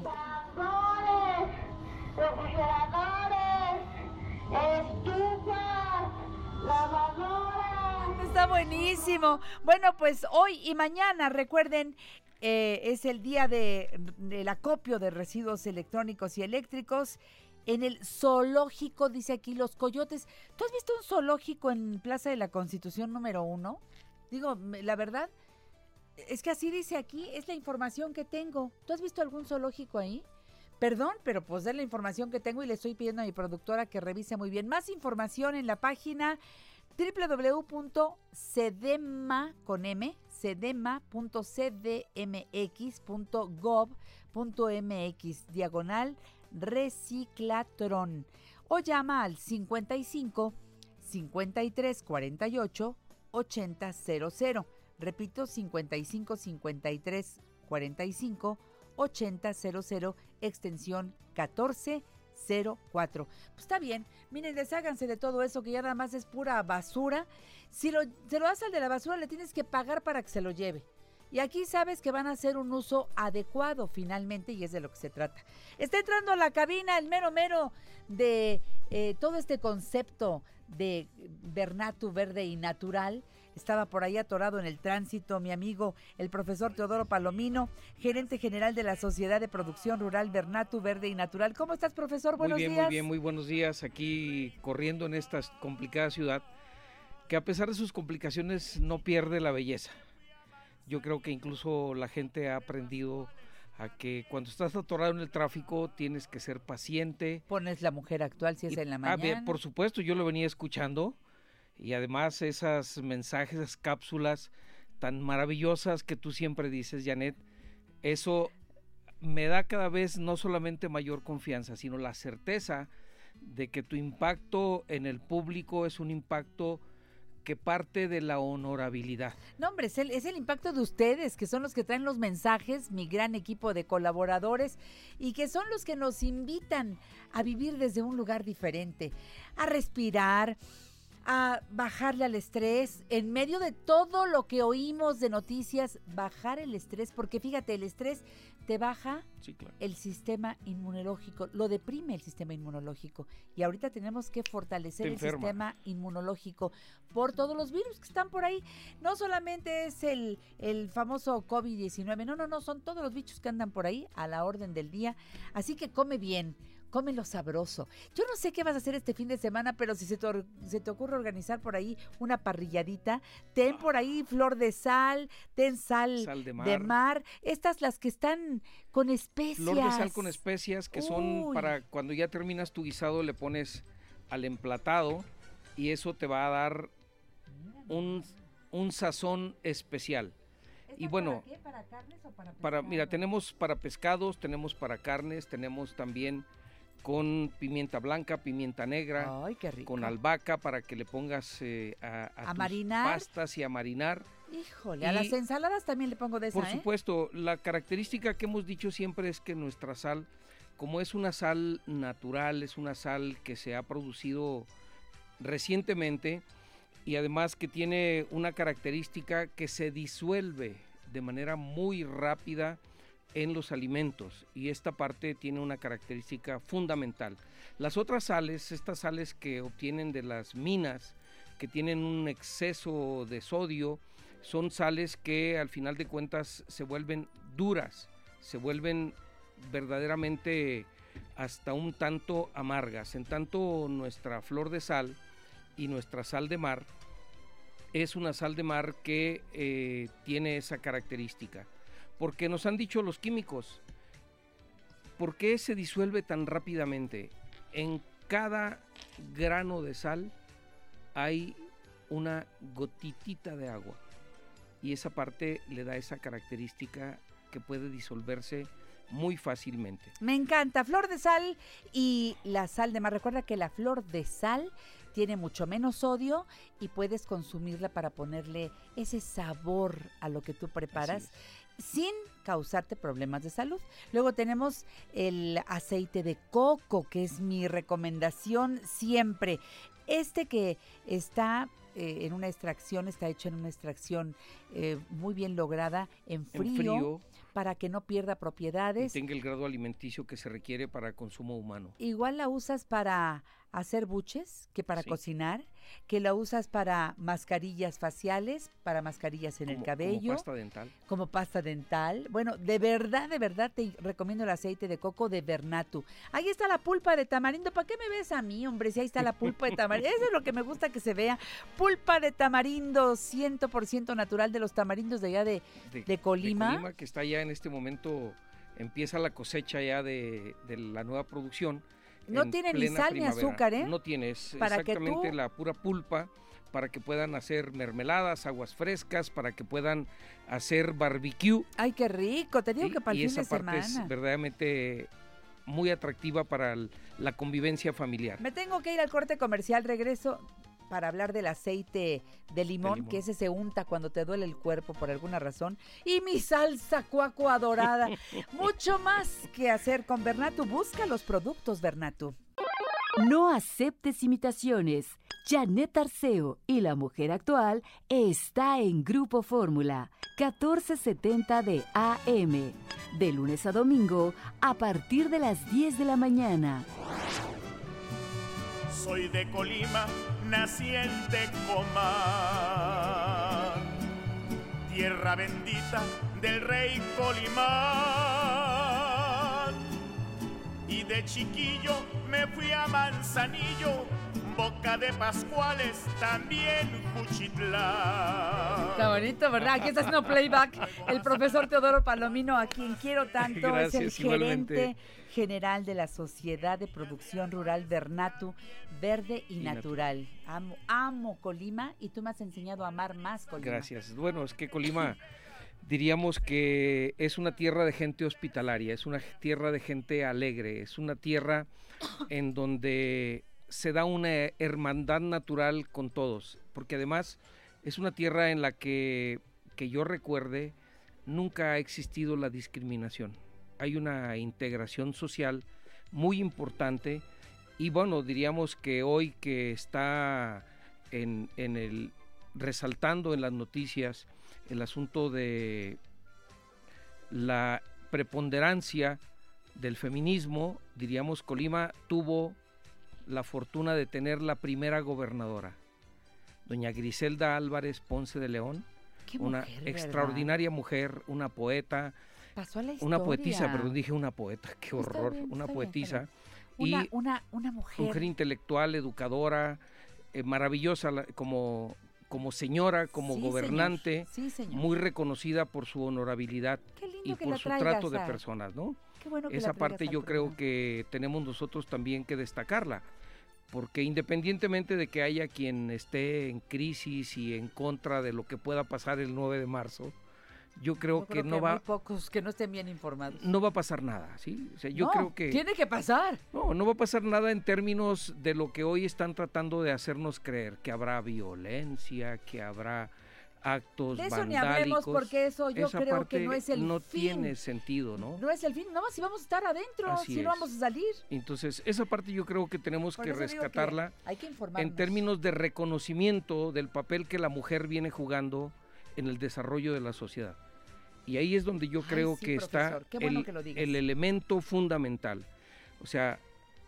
Refrigeradores, estufas, lavadoras. Está buenísimo. Bueno, pues hoy y mañana, recuerden, eh, es el día de, del acopio de residuos electrónicos y eléctricos en el zoológico, dice aquí, Los Coyotes. ¿Tú has visto un zoológico en Plaza de la Constitución número uno? Digo, la verdad, es que así dice aquí, es la información que tengo. ¿Tú has visto algún zoológico ahí? Perdón, pero pues es la información que tengo y le estoy pidiendo a mi productora que revise muy bien. Más información en la página doble u doble u doble u punto sedema con m, sedema punto c d m x punto gov punto m x, diagonal reciclatrón, o llama al cincuenta y cinco, cincuenta y tres, cuarenta y ocho, ochenta cero cero. Repito, cincuenta y cinco, cincuenta y tres, cuarenta y cinco, ochenta cero cero, extensión catorce cero cuatro. Pues está bien, miren, desháganse de todo eso que ya nada más es pura basura. Si lo, se lo das al de la basura, le tienes que pagar para que se lo lleve. Y aquí sabes que van a hacer un uso adecuado finalmente y es de lo que se trata. Está entrando a la cabina el mero mero de eh, todo este concepto de Bernatu verde y natural. Estaba por ahí atorado en el tránsito mi amigo, el profesor Teodoro Palomino, gerente general de la Sociedad de Producción Rural Bernatu Verde y Natural. ¿Cómo estás, profesor? Buenos días. Muy bien, días. muy bien, muy buenos días. Aquí corriendo en esta complicada ciudad, que a pesar de sus complicaciones no pierde la belleza. Yo creo que incluso la gente ha aprendido a que cuando estás atorado en el tráfico tienes que ser paciente. Pones La Mujer Actual si es y, en la mañana. Ah, bien, por supuesto, yo lo venía escuchando. Y además esas mensajes, esas cápsulas tan maravillosas que tú siempre dices, Janet, eso me da cada vez no solamente mayor confianza, sino la certeza de que tu impacto en el público es un impacto que parte de la honorabilidad. No, hombre, es el, es el impacto de ustedes, que son los que traen los mensajes, mi gran equipo de colaboradores, y que son los que nos invitan a vivir desde un lugar diferente, a respirar, a bajarle al estrés, en medio de todo lo que oímos de noticias, bajar el estrés, porque fíjate, el estrés te baja sí, claro. el sistema inmunológico, lo deprime el sistema inmunológico, y ahorita tenemos que fortalecer el sistema inmunológico por todos los virus que están por ahí. No solamente es el, el famoso COVID diecinueve, no, no, no, son todos los bichos que andan por ahí a la orden del día, así que come bien, come lo sabroso. Yo no sé qué vas a hacer este fin de semana, pero si se te, se te ocurre organizar por ahí una parrilladita, ten por ahí flor de sal, ten sal, sal de, mar. de mar, estas las que están con especias. Flor de sal con especias que Uy. son para cuando ya terminas tu guisado, le pones al emplatado y eso te va a dar un, un sazón especial. Y bueno, ¿para qué? ¿Para carnes o para pescado? Para, mira, tenemos para pescados, tenemos para carnes, tenemos también con pimienta blanca, pimienta negra, Ay, qué rico. con albahaca para que le pongas eh, a, a, a tus marinar. pastas y a marinar. Híjole, y a las ensaladas también le pongo de esa, Por supuesto, ¿eh? La característica que hemos dicho siempre es que nuestra sal, como es una sal natural, es una sal que se ha producido recientemente y además que tiene una característica que se disuelve de manera muy rápida en los alimentos, y esta parte tiene una característica fundamental. Las otras sales, estas sales que obtienen de las minas, que tienen un exceso de sodio, son sales que al final de cuentas se vuelven duras, se vuelven verdaderamente hasta un tanto amargas. En tanto nuestra flor de sal y nuestra sal de mar es una sal de mar que eh, tiene esa característica. Porque nos han dicho los químicos, ¿por qué se disuelve tan rápidamente? En cada grano de sal hay una gotitita de agua y esa parte le da esa característica que puede disolverse muy fácilmente. Me encanta, flor de sal y la sal de mar. Recuerda que la flor de sal tiene mucho menos sodio y puedes consumirla para ponerle ese sabor a lo que tú preparas sin causarte problemas de salud. Luego tenemos el aceite de coco, que es mi recomendación siempre. Este que está eh, en una extracción, está hecho en una extracción eh, muy bien lograda en frío, en frío, para que no pierda propiedades. Y tenga el grado alimenticio que se requiere para consumo humano. Igual la usas para hacer buches que para sí. cocinar, que la usas para mascarillas faciales, para mascarillas en como, el cabello. Como pasta dental. Como pasta dental. Bueno, de verdad, de verdad te recomiendo el aceite de coco de Bernatu. Ahí está la pulpa de tamarindo. ¿Para qué me ves a mí, hombre? Si ahí está la pulpa de tamarindo. Eso es lo que me gusta que se vea. Pulpa de tamarindo, cien por ciento natural de los tamarindos de allá de, de, de Colima. De Colima, que está ya en este momento, empieza la cosecha ya de, de la nueva producción. No tiene ni sal primavera. ni azúcar, ¿eh? No tiene, es para exactamente que tú... la pura pulpa para que puedan hacer mermeladas, aguas frescas, para que puedan hacer barbecue. ¡Ay, qué rico! Te digo y, que para el y fin de esa parte semana. es verdaderamente muy atractiva para el, la convivencia familiar. Me tengo que ir al corte comercial, regreso. para hablar del aceite de limón, de limón, que ese se unta cuando te duele el cuerpo por alguna razón, y mi salsa cuaco adorada. Mucho más que hacer con Bernatu. Busca los productos Bernatu. No aceptes imitaciones. Janet Arceo y la mujer actual está en Grupo Fórmula, catorce setenta de A M, de lunes a domingo a partir de las diez de la mañana. Soy de Colima, nací en Tecomán, tierra bendita del rey Colimán. Y de chiquillo me fui a Manzanillo, Boca de Pascuales, también Juchitlán. Está bonito, ¿verdad? Aquí está haciendo playback el profesor Teodoro Palomino, a quien quiero tanto. Gracias, es el igualmente. gerente general de la Sociedad de Producción Rural Bernatu, verde y, y natural. natural. Amo, amo Colima, y tú me has enseñado a amar más Colima. Gracias. Bueno, es que Colima, diríamos que es una tierra de gente hospitalaria, es una tierra de gente alegre, es una tierra en donde se da una hermandad natural con todos, porque además es una tierra en la que, que yo recuerde, nunca ha existido la discriminación. Hay una integración social muy importante, y bueno, diríamos que hoy que está en, en el resaltando en las noticias el asunto de la preponderancia del feminismo, diríamos Colima tuvo la fortuna de tener la primera gobernadora, doña Griselda Álvarez Ponce de León, Qué una mujer, extraordinaria mujer, una poeta, pasó a la historia. una poetisa, perdón, dije una poeta, qué horror, bien, una poetisa, bien, una, y una, una mujer. mujer intelectual, educadora, eh, maravillosa la, como, como señora, como sí, gobernante, señor. Sí, señor. muy reconocida por su honorabilidad y por su trato de personas, ¿no? Qué bueno que esa la parte yo creo que tenemos nosotros también que destacarla, porque independientemente de que haya quien esté en crisis y en contra de lo que pueda pasar el nueve de marzo, yo creo, yo creo que, que no va muy pocos que no estén bien informados. No va a pasar nada, ¿sí? O sea, yo no, creo que tiene que pasar. No, no va a pasar nada en términos de lo que hoy están tratando de hacernos creer, que habrá violencia, que habrá actos de eso vandálicos. ni hablemos, porque eso yo Esa creo parte que no es el no fin. tiene sentido, ¿no? No es el fin, no, si vamos a estar adentro, Así si es. no vamos a salir. Entonces, esa parte yo creo que tenemos Por que eso digo rescatarla que hay que informarnos. en términos de reconocimiento del papel que la mujer viene jugando en el desarrollo de la sociedad. Y ahí es donde yo Ay, creo sí, que profesor, está qué bueno el, que lo digas. el elemento fundamental. O sea,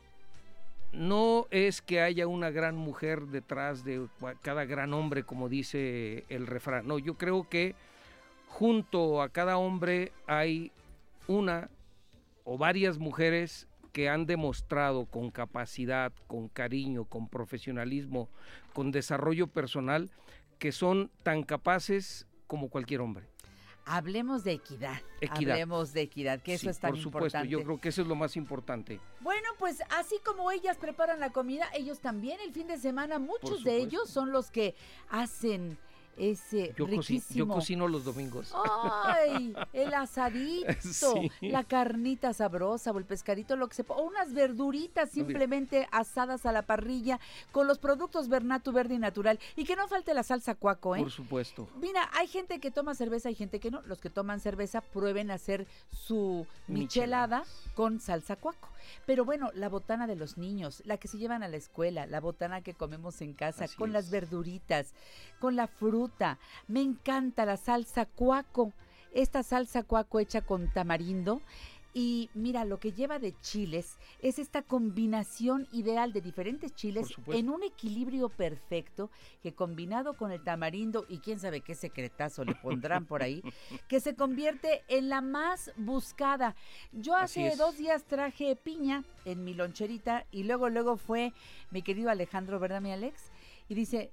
no es que haya una gran mujer detrás de cada gran hombre, como dice el refrán. No, yo creo que junto a cada hombre hay una o varias mujeres que han demostrado con capacidad, con cariño, con profesionalismo, con desarrollo personal, que son tan capaces como cualquier hombre. Hablemos de equidad, Equidad. hablemos de equidad, que eso Sí, es tan por supuesto, importante. yo creo que eso es lo más importante. Bueno, pues así como ellas preparan la comida, ellos también el fin de semana, muchos de supuesto. ellos son los que hacen ese Yo, coci- riquísimo. yo cocino los domingos. ¡Ay! El asadito, Sí. la carnita sabrosa o el pescadito, lo que se o unas verduritas simplemente asadas a la parrilla con los productos Bernatu verde y natural. Y que no falte la salsa cuaco, ¿eh? Por supuesto. Mira, hay gente que toma cerveza, hay gente que no. Los que toman cerveza prueben hacer su michelada con salsa cuaco. Pero bueno, la botana de los niños, la que se llevan a la escuela, la botana que comemos en casa, Así con es. las verduritas, con la fruta. Me encanta la salsa cuaco. Esta salsa cuaco hecha con tamarindo. Y mira, lo que lleva de chiles es esta combinación ideal de diferentes chiles en un equilibrio perfecto que combinado con el tamarindo y quién sabe qué secretazo le pondrán por ahí, que se convierte en la más buscada. Yo hace dos días traje piña en mi loncherita y luego luego fue mi querido Alejandro, ¿verdad mi Alex? Y dice,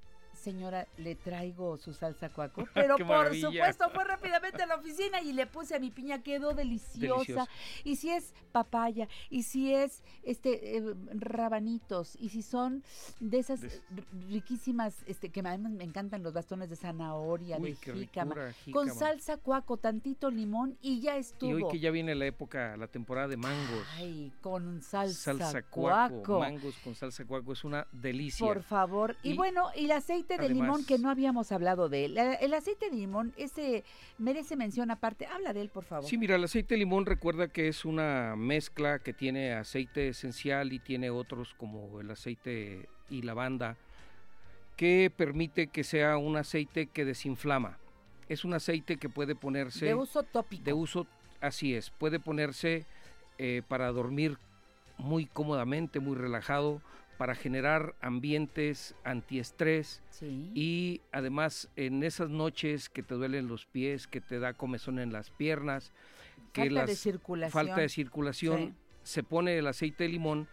señora, le traigo su salsa cuaco. Pero ¡Qué por maravilla! supuesto, fue rápidamente a la oficina y le puse a mi piña, quedó deliciosa. Deliciosa. Y si es papaya, y si es este eh, rabanitos, y si son de esas Des- r- riquísimas, este que además me encantan los bastones de zanahoria, Uy, de qué jícama, ricura, con jícama. salsa cuaco, tantito limón y ya estuvo. Y hoy que ya viene la época, la temporada de mangos. Ay, con salsa, salsa cuaco. cuaco, mangos con salsa cuaco, es una delicia. Por favor. Y, Y bueno, y el aceite de además- limón que no habíamos hablado de él. El aceite de limón, ese merece mención aparte. Habla de él, por favor. Sí, mira, el aceite de limón recuerda que es una mezcla que tiene aceite esencial y tiene otros como el aceite y lavanda, que permite que sea un aceite que desinflama. Es un aceite que puede ponerse... De uso tópico. De uso, así es, puede ponerse eh, para dormir muy cómodamente, muy relajado, para generar ambientes antiestrés Sí. y además en esas noches que te duelen los pies, que te da comezón en las piernas, que Falta las, de circulación. falta de circulación, Sí. se pone el aceite de limón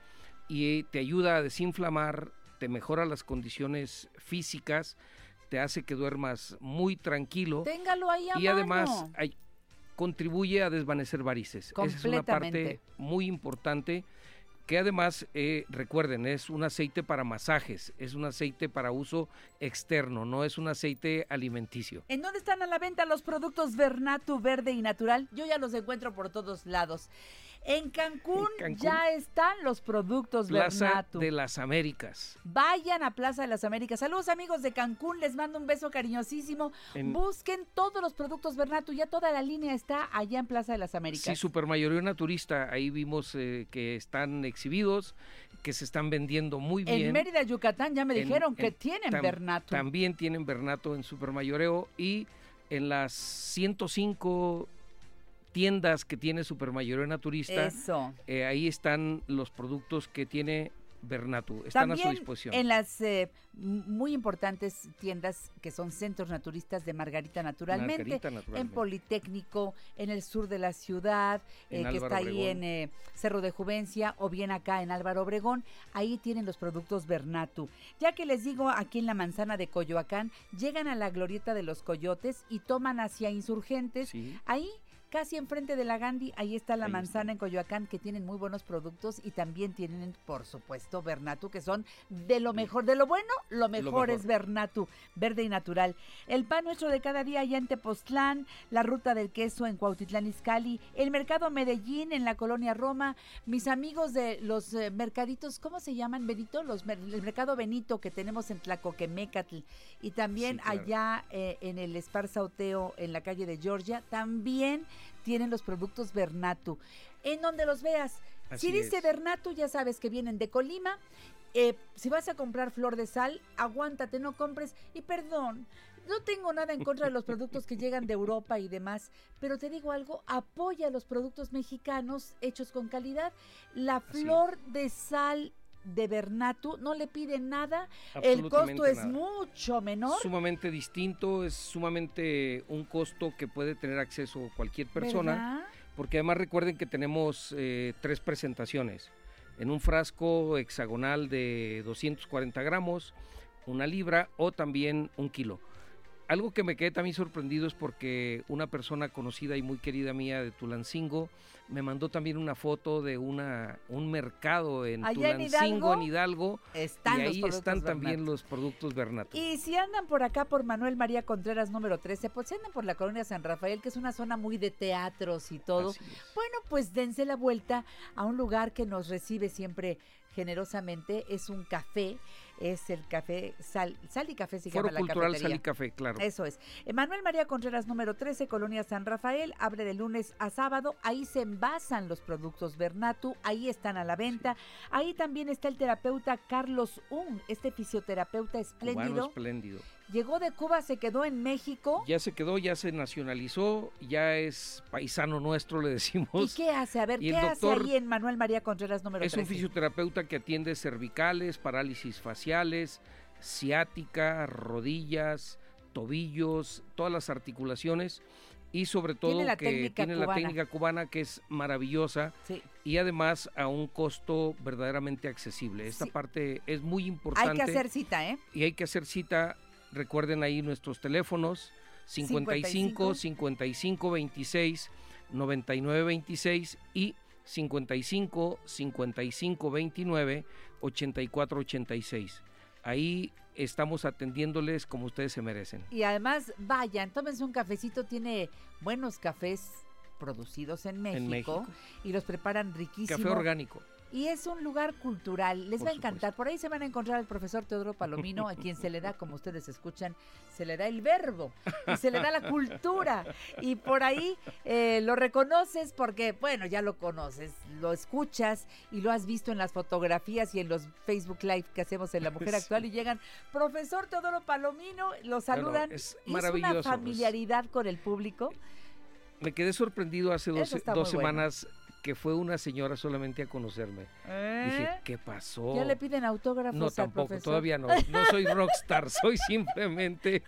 y te ayuda a desinflamar, te mejora las condiciones físicas, te hace que duermas muy tranquilo Téngalo ahí a y además mano. ay- contribuye a desvanecer varices. Esa es una parte Completamente. muy importante que además, eh, recuerden, es un aceite para masajes, es un aceite para uso externo, no es un aceite alimenticio. ¿En dónde están a la venta los productos Vernatu verde y natural? Yo ya los encuentro por todos lados. En Cancún, En Cancún. ya están los productos Plaza Vernatu. de las Américas. Vayan a Plaza de las Américas. Saludos amigos de Cancún, les mando un beso cariñosísimo. En- Busquen todos los productos Vernatu, ya toda la línea está allá en Plaza de las Américas. Sí, Supermayoría Naturista, ahí vimos eh, que están exhibidos, que se están vendiendo muy bien. En Mérida, Yucatán, ya me En- dijeron que en- tienen tam- Vernatu. También tienen Bernato en Supermayoreo y en las ciento cinco tiendas que tiene Supermayoreo Naturista, Eso. eh, ahí están los productos que tiene Bernatu, están a su También disposición. en las eh, m- muy importantes tiendas que son centros naturistas de Margarita Naturalmente, Margarita en Naturalmente. Politécnico, en el sur de la ciudad, En eh, que Álvaro está ahí Obregón. en eh, Cerro de Juvencia o bien acá en Álvaro Obregón, ahí tienen los productos Bernatu. Ya que les digo, aquí en la manzana de Coyoacán, llegan a la glorieta de los Coyotes y toman hacia Insurgentes, Sí. ahí casi enfrente de la Gandhi, ahí está la Ahí manzana en Coyoacán, que tienen muy buenos productos y también tienen, por supuesto, Bernatu, que son de lo mejor, de lo bueno, lo mejor, mejor. es Bernatu, verde y natural. El pan nuestro de cada día allá en Tepoztlán, la ruta del queso en Cuautitlán Izcalli, el mercado Medellín en la colonia Roma, mis amigos de los eh, mercaditos, ¿cómo se llaman, Benito? Los mer- el mercado Benito que tenemos en Tlacoquemecatl y también Sí, claro. allá eh, en el Esparza Oteo en la calle de Georgia, también tienen los productos Bernatu. En donde los veas, Así si dice es. Bernatu, ya sabes que vienen de Colima. Eh, si vas a comprar flor de sal, aguántate, no compres. Y perdón, no tengo nada en contra de los productos que llegan de Europa y demás, pero te digo algo, apoya los productos mexicanos hechos con calidad. La Así flor de sal de Bernatu no le pide nada, el costo Absolutamente es nada. mucho menor. Sumamente distinto, es sumamente un costo que puede tener acceso cualquier persona, ¿Verdad? porque además recuerden que tenemos eh, tres presentaciones, en un frasco hexagonal de doscientos cuarenta gramos, una libra o también un kilo. Algo que me quedé también sorprendido es porque una persona conocida y muy querida mía de Tulancingo me mandó también una foto de una un mercado en Allá en Tulancingo, Hidalgo, en Hidalgo, están y los ahí productos están también Bernatu. los productos Bernatu. Y si andan por acá por Manuel María Contreras número trece, pues si andan por la colonia San Rafael, que es una zona muy de teatros y todo, Así es. bueno, pues dense la vuelta a un lugar que nos recibe siempre generosamente, es un café, es el café Sal, Sal y Café se Foro llama la Cultural cafetería. Sal y Café, claro. Eso es. Manuel María Contreras número trece, Colonia San Rafael, abre de lunes a sábado, ahí se envasan los productos Bernatu, ahí están a la venta, ahí también está el terapeuta Carlos Un, este fisioterapeuta Cubano espléndido, espléndido. llegó de Cuba, se quedó en México. Ya se quedó, ya se nacionalizó, ya es paisano nuestro, le ¿Y decimos. qué hace? A ver, Y ¿qué el hace doctor ahí en Manuel María Contreras número Es trece? un fisioterapeuta que atiende cervicales, parálisis faciales, ciática, rodillas, tobillos, todas las articulaciones y sobre todo Tiene la que técnica tiene la cubana. técnica cubana que es maravillosa Sí. y además a un costo verdaderamente accesible. Esta Sí. parte es muy importante. Hay que hacer cita, ¿eh? Y hay que hacer cita recuerden ahí nuestros teléfonos, cincuenta y cinco, cincuenta y cinco, veintiséis, noventa y nueve, veintiséis y cincuenta y cinco, cincuenta y cinco, veintinueve, ochenta y cuatro, ochenta y seis. Ahí estamos atendiéndoles como ustedes se merecen. Y además, vayan, tómense un cafecito, tiene buenos cafés producidos en México, en México. Y los preparan riquísimo. Café orgánico. Y es un lugar cultural, les Por va a encantar. supuesto. Por ahí se van a encontrar al profesor Teodoro Palomino, a quien se le da, como ustedes escuchan, se le da el verbo y se le da la cultura. Y por ahí eh, lo reconoces porque, bueno, ya lo conoces, lo escuchas y lo has visto en las fotografías y en los Facebook Live que hacemos en La Mujer Actual. Y llegan, profesor Teodoro Palomino, lo saludan. Bueno, es y maravilloso, es una familiaridad pues. Con el público. Me quedé sorprendido hace dos, dos semanas bueno. Que fue una señora solamente a conocerme. ¿Eh? Dije, ¿qué pasó? ¿Ya le piden autógrafos No, al tampoco, profesor? todavía no. No soy rockstar, soy simplemente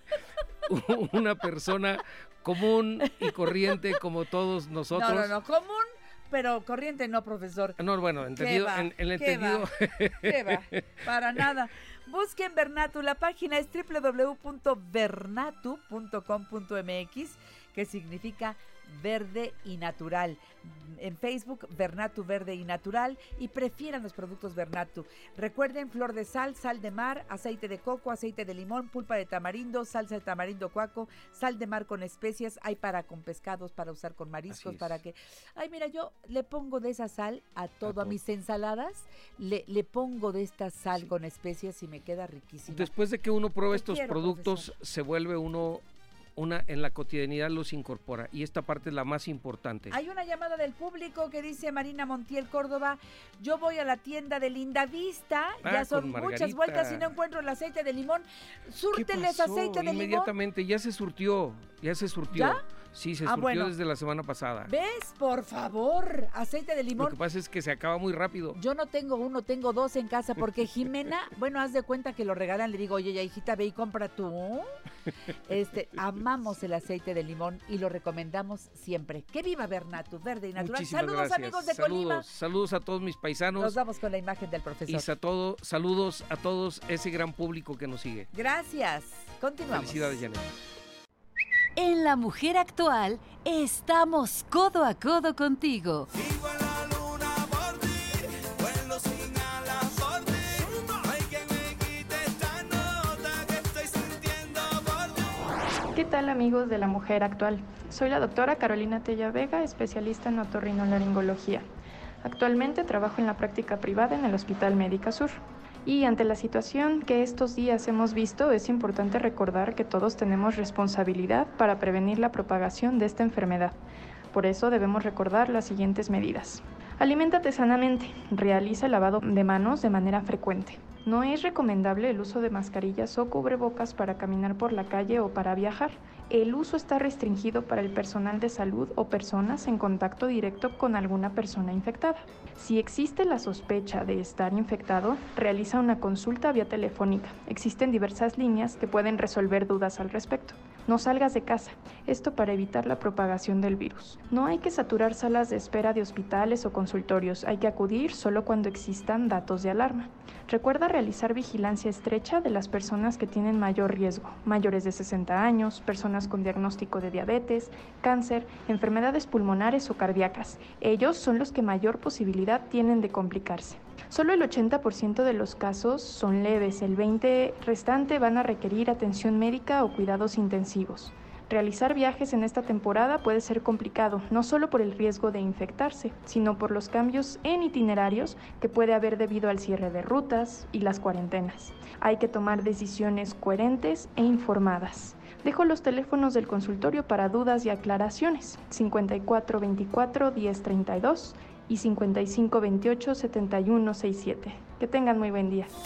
una persona común y corriente como todos nosotros. No, no, no, común, pero corriente no, profesor. No, bueno, entendido, va? en, en ¿Qué entendido. Va? ¿Qué va? Para nada. Busquen Vernatu, la página es doble u doble u doble u punto vernatu punto com punto m x, que significa verde y natural. En Facebook, Vernatu Verde y Natural, y prefieran los productos Vernatu. Recuerden, flor de sal, sal de mar, aceite de coco, aceite de limón, pulpa de tamarindo, salsa de tamarindo cuaco, sal de mar con especias, hay para con pescados, para usar con mariscos, para que... Ay, mira, yo le pongo de esa sal a todo, a, a mis ensaladas, le, le pongo de esta sal sí. con especias y me queda riquísimo. Después de que uno prueba Te estos quiero, productos, profesor. Se vuelve uno... Una en la cotidianidad los incorpora y esta parte es la más importante. Hay una llamada del público que dice Marina Montiel Córdoba, yo voy a la tienda de Lindavista, ah, ya son muchas vueltas y no encuentro el aceite de limón, súrteles aceite de limón. Inmediatamente, ya se surtió, ya se surtió. ¿Ya? Sí, se ah, surtió bueno. desde la semana pasada. ¿Ves? Por favor, aceite de limón. Lo que pasa es que se acaba muy rápido. Yo no tengo uno, tengo dos en casa, porque Jimena, bueno, haz de cuenta que lo regalan, le digo, oye, ya hijita, ve y compra tú. Este, amamos el aceite de limón y lo recomendamos siempre. ¡Que viva Vernatu, verde y natural! Muchísimas Saludos, gracias. amigos de saludos, Colima. Saludos a todos mis paisanos. Nos vamos con la imagen del profesor. Y a todo, saludos a todos ese gran público que nos sigue. Gracias. Continuamos. Felicidades, Janet. En La Mujer Actual, estamos codo a codo contigo. Sigo en la luna por ti, vuelo sin alas por ti. No hay que me quite esta nota que estoy sintiendo por ti. ¿Qué tal, amigos de La Mujer Actual? Soy la doctora Carolina Tella Vega, especialista en otorrinolaringología. Actualmente trabajo en la práctica privada en el Hospital Médica Sur. Y ante la situación que estos días hemos visto, es importante recordar que todos tenemos responsabilidad para prevenir la propagación de esta enfermedad. Por eso debemos recordar las siguientes medidas. Aliméntate sanamente, realiza el lavado de manos de manera frecuente. No es recomendable el uso de mascarillas o cubrebocas para caminar por la calle o para viajar. El uso está restringido para el personal de salud o personas en contacto directo con alguna persona infectada. Si existe la sospecha de estar infectado, realiza una consulta vía telefónica. Existen diversas líneas que pueden resolver dudas al respecto. No salgas de casa, esto para evitar la propagación del virus. No hay que saturar salas de espera de hospitales o consultorios, hay que acudir solo cuando existan datos de alarma. Recuerda realizar vigilancia estrecha de las personas que tienen mayor riesgo, mayores de sesenta años, personas con diagnóstico de diabetes, cáncer, enfermedades pulmonares o cardíacas. Ellos son los que mayor posibilidad tienen de complicarse. Solo el ochenta por ciento de los casos son leves, el veinte por ciento restante van a requerir atención médica o cuidados intensivos. Realizar viajes en esta temporada puede ser complicado, no solo por el riesgo de infectarse, sino por los cambios en itinerarios que puede haber debido al cierre de rutas y las cuarentenas. Hay que tomar decisiones coherentes e informadas. Dejo los teléfonos del consultorio para dudas y aclaraciones, cincuenta y cuatro veinticuatro diez treinta y dos y cincuenta y cinco veintiocho setenta y uno sesenta y siete. Que tengan muy buen día.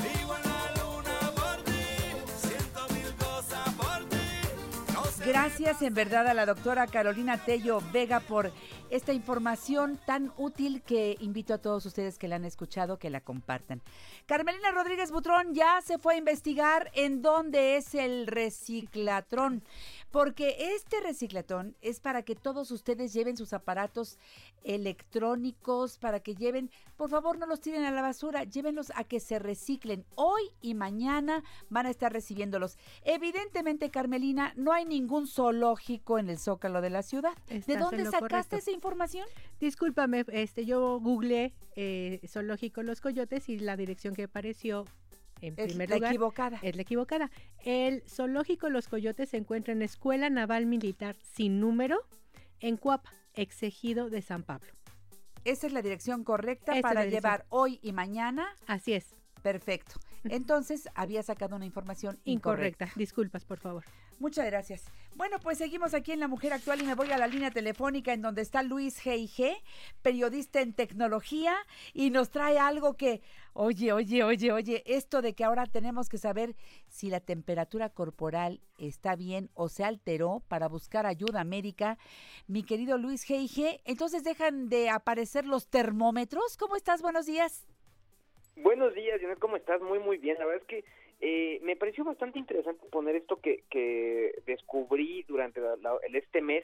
Gracias en verdad a la doctora Carolina Tello Vega por esta información tan útil que invito a todos ustedes que la han escuchado que la compartan. Carmelina Rodríguez Butrón ya se fue a investigar en dónde es el reciclatrón, porque este reciclatrón es para que todos ustedes lleven sus aparatos electrónicos, para que lleven, por favor no los tiren a la basura, llévenlos a que se reciclen. Hoy y mañana van a estar recibiéndolos. Evidentemente, Carmelina, no hay ningún zoológico en el Zócalo de la ciudad. Estás ¿De dónde en lo sacaste correcto. esa información? Discúlpame, este, yo googleé eh, Zoológico Los Coyotes y la dirección que apareció en Es primer la lugar equivocada. es la equivocada. El Zoológico Los Coyotes se encuentra en Escuela Naval Militar sin número en Cuapa, exegido de San Pablo. Esa es la dirección correcta Esta es para la dirección. llevar hoy y mañana. Así es. Perfecto. Entonces, había sacado una información incorrecta. Incorrecta. Disculpas, por favor. Muchas gracias. Bueno, pues seguimos aquí en La Mujer Actual y me voy a la línea telefónica en donde está Luis G I G, periodista en tecnología, y nos trae algo que, oye, oye, oye, oye, esto de que ahora tenemos que saber si la temperatura corporal está bien o se alteró para buscar ayuda médica. Mi querido Luis G I G, entonces dejan de aparecer los termómetros. ¿Cómo estás? Buenos días. Buenos días, Janet, ¿cómo estás? Muy, muy bien. La verdad es que eh, me pareció bastante interesante poner esto que, que descubrí durante la, la, el este mes,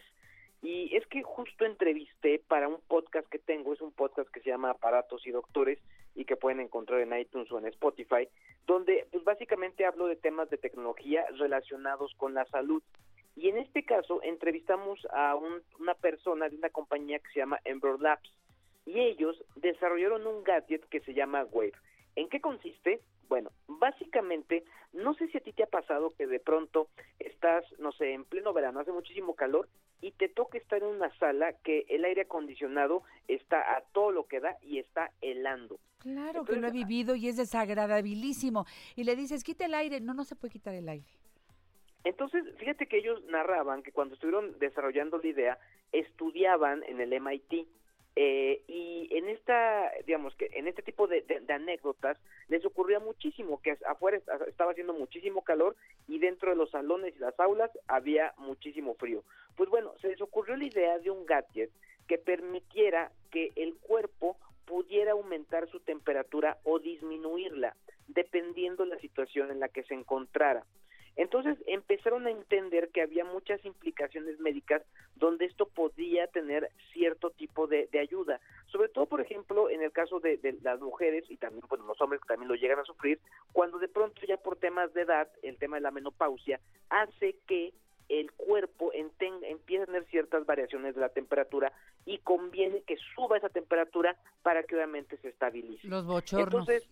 y es que justo entrevisté para un podcast que tengo, es un podcast que se llama Aparatos y Doctores y que pueden encontrar en iTunes o en Spotify, donde pues básicamente hablo de temas de tecnología relacionados con la salud. Y en este caso entrevistamos a un, una persona de una compañía que se llama Embryos Labs, y ellos desarrollaron un gadget que se llama Wave. ¿En qué consiste? Bueno, básicamente, no sé si a ti te ha pasado que de pronto estás, no sé, en pleno verano, hace muchísimo calor, y te toca estar en una sala que el aire acondicionado está a todo lo que da y está helando. Claro, Entonces, que lo he vivido y es desagradabilísimo. Y le dices, quita el aire. No, no se puede quitar el aire. Entonces, fíjate que ellos narraban que cuando estuvieron desarrollando la idea, estudiaban en el M I T. Eh, y en esta, digamos que en este tipo de, de, de anécdotas les ocurría muchísimo que afuera estaba haciendo muchísimo calor y dentro de los salones y las aulas había muchísimo frío. Pues bueno, se les ocurrió la idea de un gadget que permitiera que el cuerpo pudiera aumentar su temperatura o disminuirla, dependiendo de la situación en la que se encontrara. Entonces empezaron a entender que había muchas implicaciones médicas donde esto podía tener cierto tipo de, de ayuda, sobre todo, por ejemplo, en el caso de, de las mujeres y también bueno, los hombres que también lo llegan a sufrir, cuando de pronto ya por temas de edad, el tema de la menopausia, hace que el cuerpo enten, empiece a tener ciertas variaciones de la temperatura y conviene que suba esa temperatura para que obviamente se estabilice. Los bochornos. Entonces,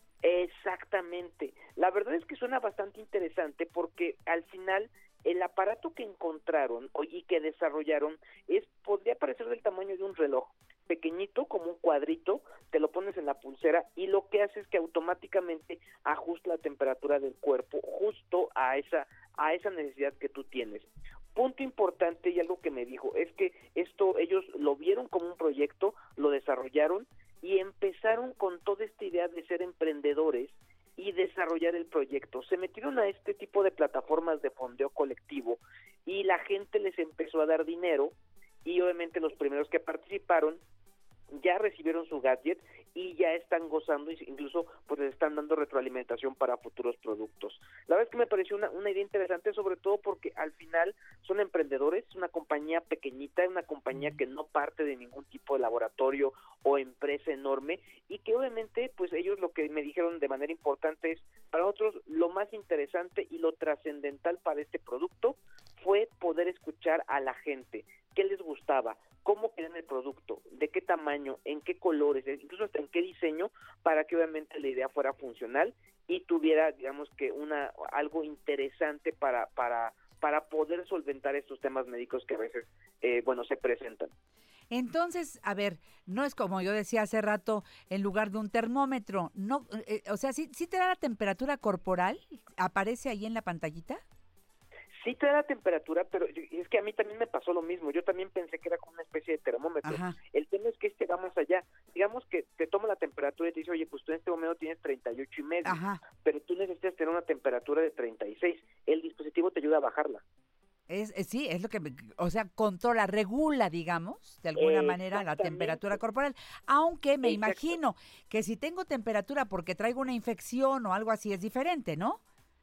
exactamente. La verdad es que suena bastante interesante porque al final el aparato que encontraron y que desarrollaron es podría parecer del tamaño de un reloj, pequeñito como un cuadrito, te lo pones en la pulsera y lo que hace es que automáticamente ajusta la temperatura del cuerpo justo a esa a esa necesidad que tú tienes. Punto importante y algo que me dijo es que esto ellos lo vieron como un proyecto, lo desarrollaron y empezaron con toda esta idea de ser emprendedores y desarrollar el proyecto. Se metieron a este tipo de plataformas de fondeo colectivo y la gente les empezó a dar dinero y obviamente los primeros que participaron ya recibieron su gadget y ya están gozando, incluso pues les están dando retroalimentación para futuros productos. La verdad es que me pareció una, una idea interesante, sobre todo porque al final son emprendedores, es una compañía pequeñita, una compañía que no parte de ningún tipo de laboratorio o empresa enorme y que obviamente pues ellos lo que me dijeron de manera importante es, para nosotros lo más interesante y lo trascendental para este producto fue poder escuchar a la gente, qué les gustaba, cómo querían el producto, de qué tamaño, en qué colores, incluso hasta en qué diseño, para que obviamente la idea fuera funcional y tuviera, digamos que una algo interesante para para para poder solventar estos temas médicos que a veces, eh, bueno, se presentan. Entonces, a ver, no es como yo decía hace rato, en lugar de un termómetro, no, eh, o sea, ¿sí, sí te da la temperatura corporal? ¿Aparece ahí en la pantallita? Sí te da la temperatura, pero es que a mí también me pasó lo mismo. Yo también pensé que era como una especie de termómetro. Ajá. El tema es que este va más allá. Digamos que te toma la temperatura y te dice, oye, pues tú en este momento tienes treinta y ocho y medio, Ajá. pero tú necesitas tener una temperatura de treinta y seis. El dispositivo te ayuda a bajarla. Es, es- sí, es lo que, me- o sea, controla, regula, digamos, de alguna manera la temperatura corporal. Aunque me Exacto. imagino que si tengo temperatura porque traigo una infección o algo así es diferente, ¿no?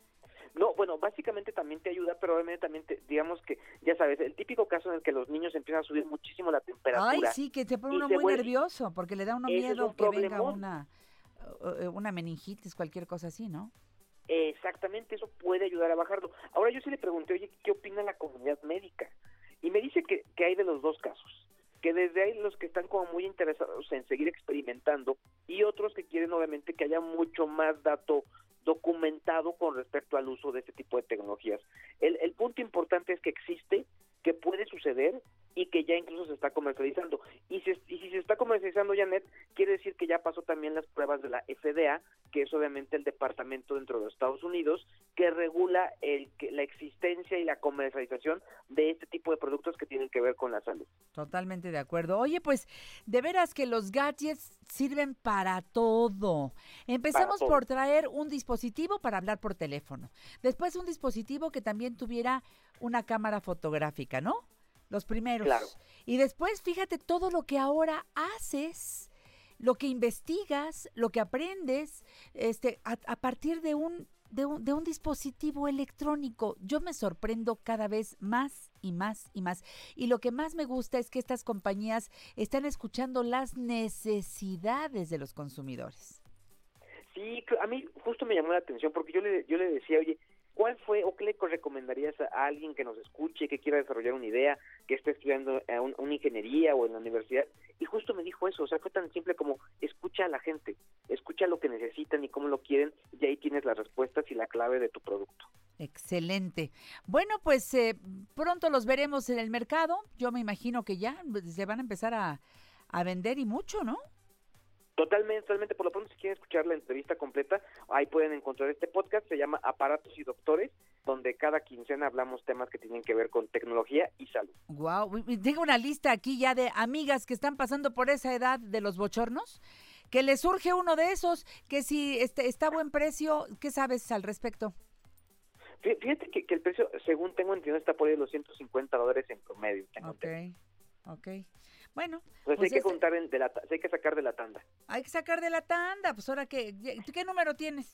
No, bueno, básicamente también te ayuda, pero obviamente también, te- digamos que, ya sabes, el típico caso en el que los niños empiezan a subir muchísimo la temperatura. Ay, sí, que se pone y uno se muy vuelve- nervioso porque le da uno Ese es miedo un que venga problemón. una, eh, una meningitis, cualquier cosa así, ¿no? Exactamente, eso puede ayudar a bajarlo. Ahora yo sí le pregunté, oye, ¿qué opina la comunidad médica? Y me dice que, que hay de los dos casos, que desde ahí los que están como muy interesados en seguir experimentando y otros que quieren obviamente que haya mucho más dato documentado con respecto al uso de este tipo de tecnologías. El, el punto importante es que existe, que puede suceder y que ya incluso se está comercializando. Y, se, y si se está comercializando, Janet, quiere decir que ya pasó también las pruebas de la F D A, que es obviamente el departamento dentro de los Estados Unidos que regula el, que, la existencia y la comercialización de este tipo de productos que tienen que ver con la salud. Totalmente de acuerdo. Oye, pues de veras que los gadgets sirven para todo. Empezamos todo. por traer un dispositivo para hablar por teléfono. Después un dispositivo que también tuviera una cámara fotográfica, ¿no? Los primeros. Claro. Y después, fíjate todo lo que ahora haces, lo que investigas, lo que aprendes, este, a, a partir de un, de un, de un dispositivo electrónico. Yo me sorprendo cada vez más y más y más. Y lo que más me gusta es que estas compañías están escuchando las necesidades de los consumidores. Sí, cl- a mí justo me llamó la atención porque yo le, yo le decía, oye, ¿cuál fue o qué le recomendarías a a alguien que nos escuche, que quiera desarrollar una idea, que esté estudiando eh, un- una ingeniería o en la universidad? Y justo me dijo eso, o sea, fue tan simple como escucha a la gente, escucha lo que necesitan y cómo lo quieren, y ahí tienes las respuestas y la clave de tu producto. Excelente. Bueno, pues eh, pronto los veremos en el mercado. Yo me imagino que ya se van a empezar a, a vender y mucho, ¿no? Totalmente, totalmente. Por lo pronto, si quieren escuchar la entrevista completa, ahí pueden encontrar este podcast, se llama Aparatos y Doctores, donde cada quincena hablamos temas que tienen que ver con tecnología y salud. Wow, tengo una lista aquí ya de amigas que están pasando por esa edad de los bochornos, que les surge uno de esos, que si este, está a buen precio, ¿qué sabes al respecto? Fí- Fíjate que, que el precio, según tengo entendido, está por ahí de los ciento cincuenta dólares en promedio. tengo Ok, entendido. ok. Bueno, Entonces pues hay que ese- contar en- de la, ta- hay que sacar de la tanda. hay que sacar de la tanda, pues ahora que, ¿qué número tienes?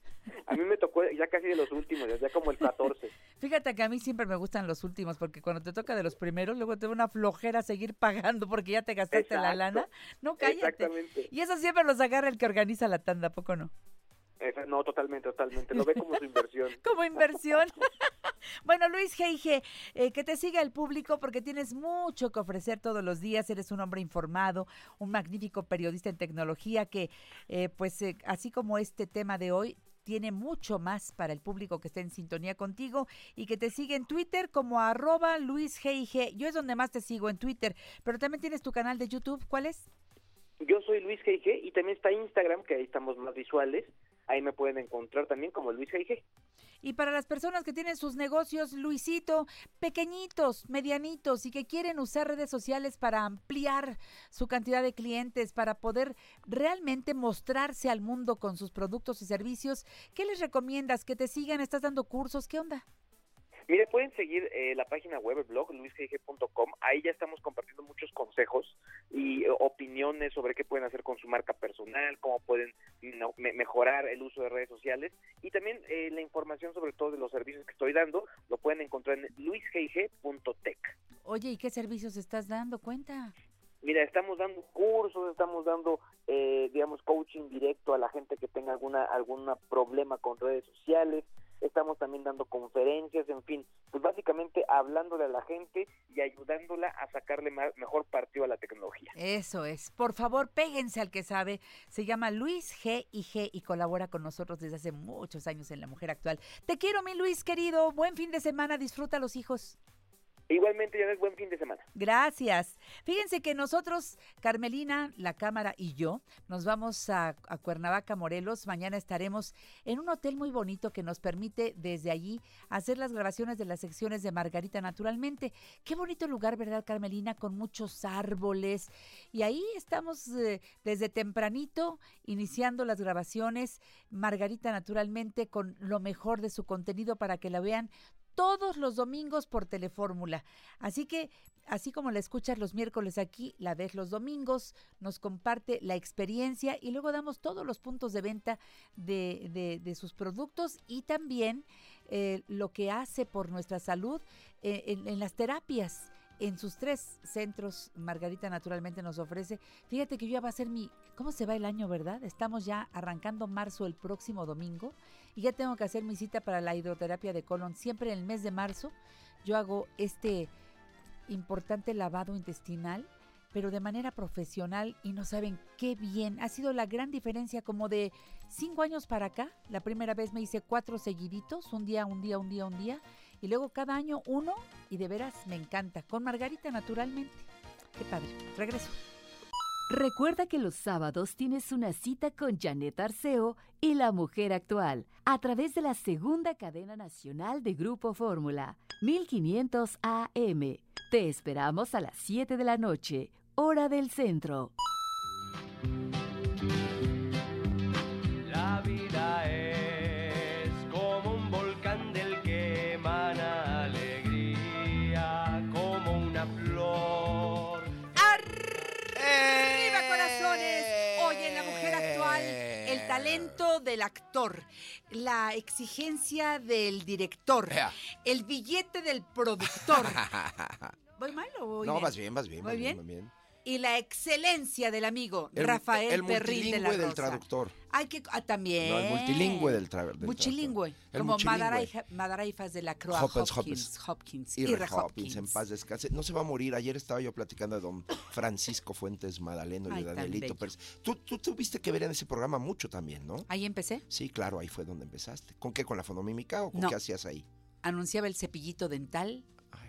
A mí me tocó ya casi de los últimos, ya como el catorce. Fíjate que a mí siempre me gustan los últimos, porque cuando te toca de los primeros, luego te da una flojera seguir pagando porque ya te gastaste la Exacto. lana. No, cállate. Exactamente. Y eso siempre los agarra el que organiza la tanda, ¿a poco no? Esa- no, totalmente, totalmente. Lo ve como su inversión. Como inversión. Bueno, Luis G I G, eh, que te siga el público porque tienes mucho que ofrecer todos los días. Eres un hombre informado, un magnífico periodista en tecnología que, eh, pues, eh, así como este tema de hoy, tiene mucho más para el público que está en sintonía contigo y que te sigue en Twitter como arroba Luis G I G. Yo es donde más te sigo en Twitter, pero también tienes tu canal de YouTube. ¿Cuál es? Yo soy Luis G I G y también está Instagram, que ahí estamos más visuales. Ahí me pueden encontrar también como Luis G I G. Y para las personas que tienen sus negocios, Luisito, pequeñitos, medianitos y que quieren usar redes sociales para ampliar su cantidad de clientes, para poder realmente mostrarse al mundo con sus productos y servicios, ¿qué les recomiendas? ¿Que te sigan? ¿Estás dando cursos? ¿Qué onda? Mire, pueden seguir eh, la página web, el blog, luis g i g punto com. Ahí ya estamos compartiendo muchos consejos y eh, opiniones sobre qué pueden hacer con su marca personal, cómo pueden no, me- mejorar el uso de redes sociales. Y también eh, la información sobre todo de los servicios que estoy dando, lo pueden encontrar en luis g i g punto tech. Oye, ¿y qué servicios estás dando? Cuenta. Mira, estamos dando cursos, estamos dando, eh, digamos, coaching directo a la gente que tenga alguna alguna problema con redes sociales. Estamos también dando conferencias, en fin, pues básicamente hablándole a la gente y ayudándola a sacarle ma- mejor partido a la tecnología. Eso es. Por favor, péguense al que sabe. Se llama Luis G I G y colabora con nosotros desde hace muchos años en La Mujer Actual. Te quiero, mi Luis, querido. Buen fin de semana. Disfruta a los hijos. Igualmente, ya es buen fin de semana. Gracias. Fíjense que nosotros, Carmelina, la cámara y yo, nos vamos a, a Cuernavaca, Morelos. Mañana estaremos en un hotel muy bonito que nos permite desde allí hacer las grabaciones de las secciones de Margarita Naturalmente. Qué bonito lugar, ¿verdad, Carmelina? Con muchos árboles. Y ahí estamos eh, desde tempranito iniciando las grabaciones. Margarita Naturalmente con lo mejor de su contenido para que la vean todos los domingos por Telefórmula. Así que, así como la escuchas los miércoles aquí, la ves los domingos, nos comparte la experiencia y luego damos todos los puntos de venta de, de, de sus productos y también eh, lo que hace por nuestra salud eh, en, en las terapias. En sus tres centros, Margarita naturalmente nos ofrece. Fíjate que yo ya va a ser mi... ¿Cómo se va el año, verdad? Estamos ya arrancando marzo el próximo domingo y ya tengo que hacer mi cita para la hidroterapia de colon. Siempre en el mes de marzo yo hago este importante lavado intestinal, pero de manera profesional y no saben qué bien. Ha sido la gran diferencia como de cinco años para acá. La primera vez me hice cuatro seguiditos, un día, un día, un día, un día. Y luego cada año uno, y de veras me encanta. Con Margarita, naturalmente. Qué padre. Regreso. Recuerda que los sábados tienes una cita con Janet Arceo y La Mujer Actual, a través de la segunda cadena nacional de Grupo Fórmula, mil quinientos A M. Te esperamos a las siete de la noche, hora del centro. La vida es como un volcán del que emana alegría, como una flor. ¡Arriba, corazones! Hoy en La Mujer Actual, el talento del actor, la exigencia del director, el billete del productor. ¿Voy mal o voy No, bien? vas bien, vas bien. ¿Voy vas bien? Muy bien. Y la excelencia del amigo El- Rafael el Perrín de la multilingüe del Rosa. traductor. Hay que ah, también. No, el multilingüe del, tra del Multilingüe, traductor. El como multilingüe. Madaraija- Madaraifas de la Croix Hopkins, Hopkins, Hopkins. Hopkins, Irra Irra Hopkins, en paz descanse. No se va a morir. Ayer estaba yo platicando de don Francisco Fuentes Madaleno y Ay, de tan Danielito bello. Pérez. Tú, tú tuviste que ver en ese programa mucho también, ¿no? Ahí empecé. Sí, claro, ahí fue donde empezaste. ¿Con qué? ¿Con la fonomímica o con No. qué hacías ahí? Anunciaba el cepillito dental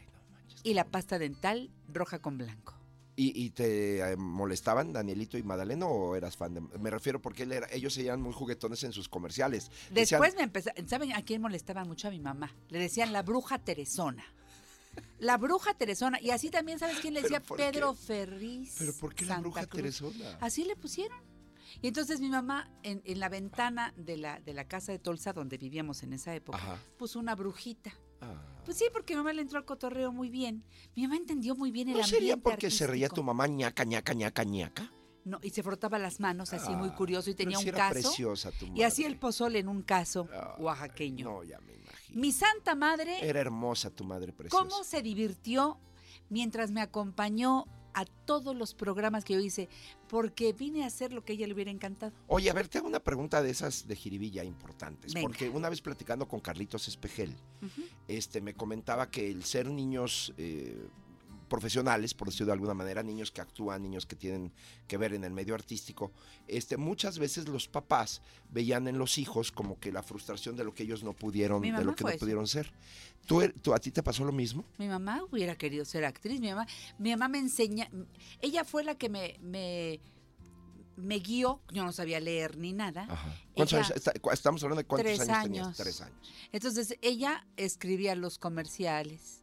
y la pasta dental roja con blanco. ¿Y, y te eh, molestaban Danielito y Madaleno o eras fan de...? Me refiero porque él era, ellos eran muy juguetones en sus comerciales. Decían, Después me empezó, ¿saben a quién molestaba mucho? A mi mamá. Le decían la bruja Teresona. La bruja Teresona. Y así también, ¿sabes quién le ¿Pero decía? por Pedro qué? Ferriz. ¿Pero por qué la Santa bruja Cruz. Teresona? Así le pusieron. Y entonces mi mamá, en, en la ventana de la, de la casa de Tolsa, donde vivíamos en esa época, Ajá. puso una brujita. Ah. Pues sí, porque mi mamá le entró al cotorreo muy bien. Mi mamá entendió muy bien el ¿No ambiente sería porque se reía artístico. tu mamá ñaca, ñaca, ñaca, ñaca? No, y se frotaba las manos así Ah, muy curioso y pero tenía sí un era caso. preciosa tu Y madre. hacía el pozole en un caso oaxaqueño. No, ya me imagino. Mi santa madre, Era hermosa tu madre preciosa. cómo se divirtió mientras me acompañó a todos los programas que yo hice, porque vine a hacer lo que a ella le hubiera encantado. Oye, a ver, te hago una pregunta de esas de jiribilla importantes. Venga. Porque una vez platicando con Carlitos Espejel, Ujú. este, me comentaba que el ser niños eh, profesionales, por decirlo de alguna manera, niños que actúan, niños que tienen que ver en el medio artístico, este, muchas veces los papás veían en los hijos como que la frustración de lo que ellos no pudieron, Mi de mamá lo que fue no eso. pudieron ser. ¿Tú, er- tú- ¿A ti te pasó lo mismo? Mi mamá hubiera querido ser actriz. Mi mamá, mi mamá me enseña, ella fue la que me, me, me guió. Yo no sabía leer ni nada. ¿Cuántos Ella- años? Está- cu- estamos hablando de cuántos Tres años, tenías. años. Tres años. Entonces ella escribía los comerciales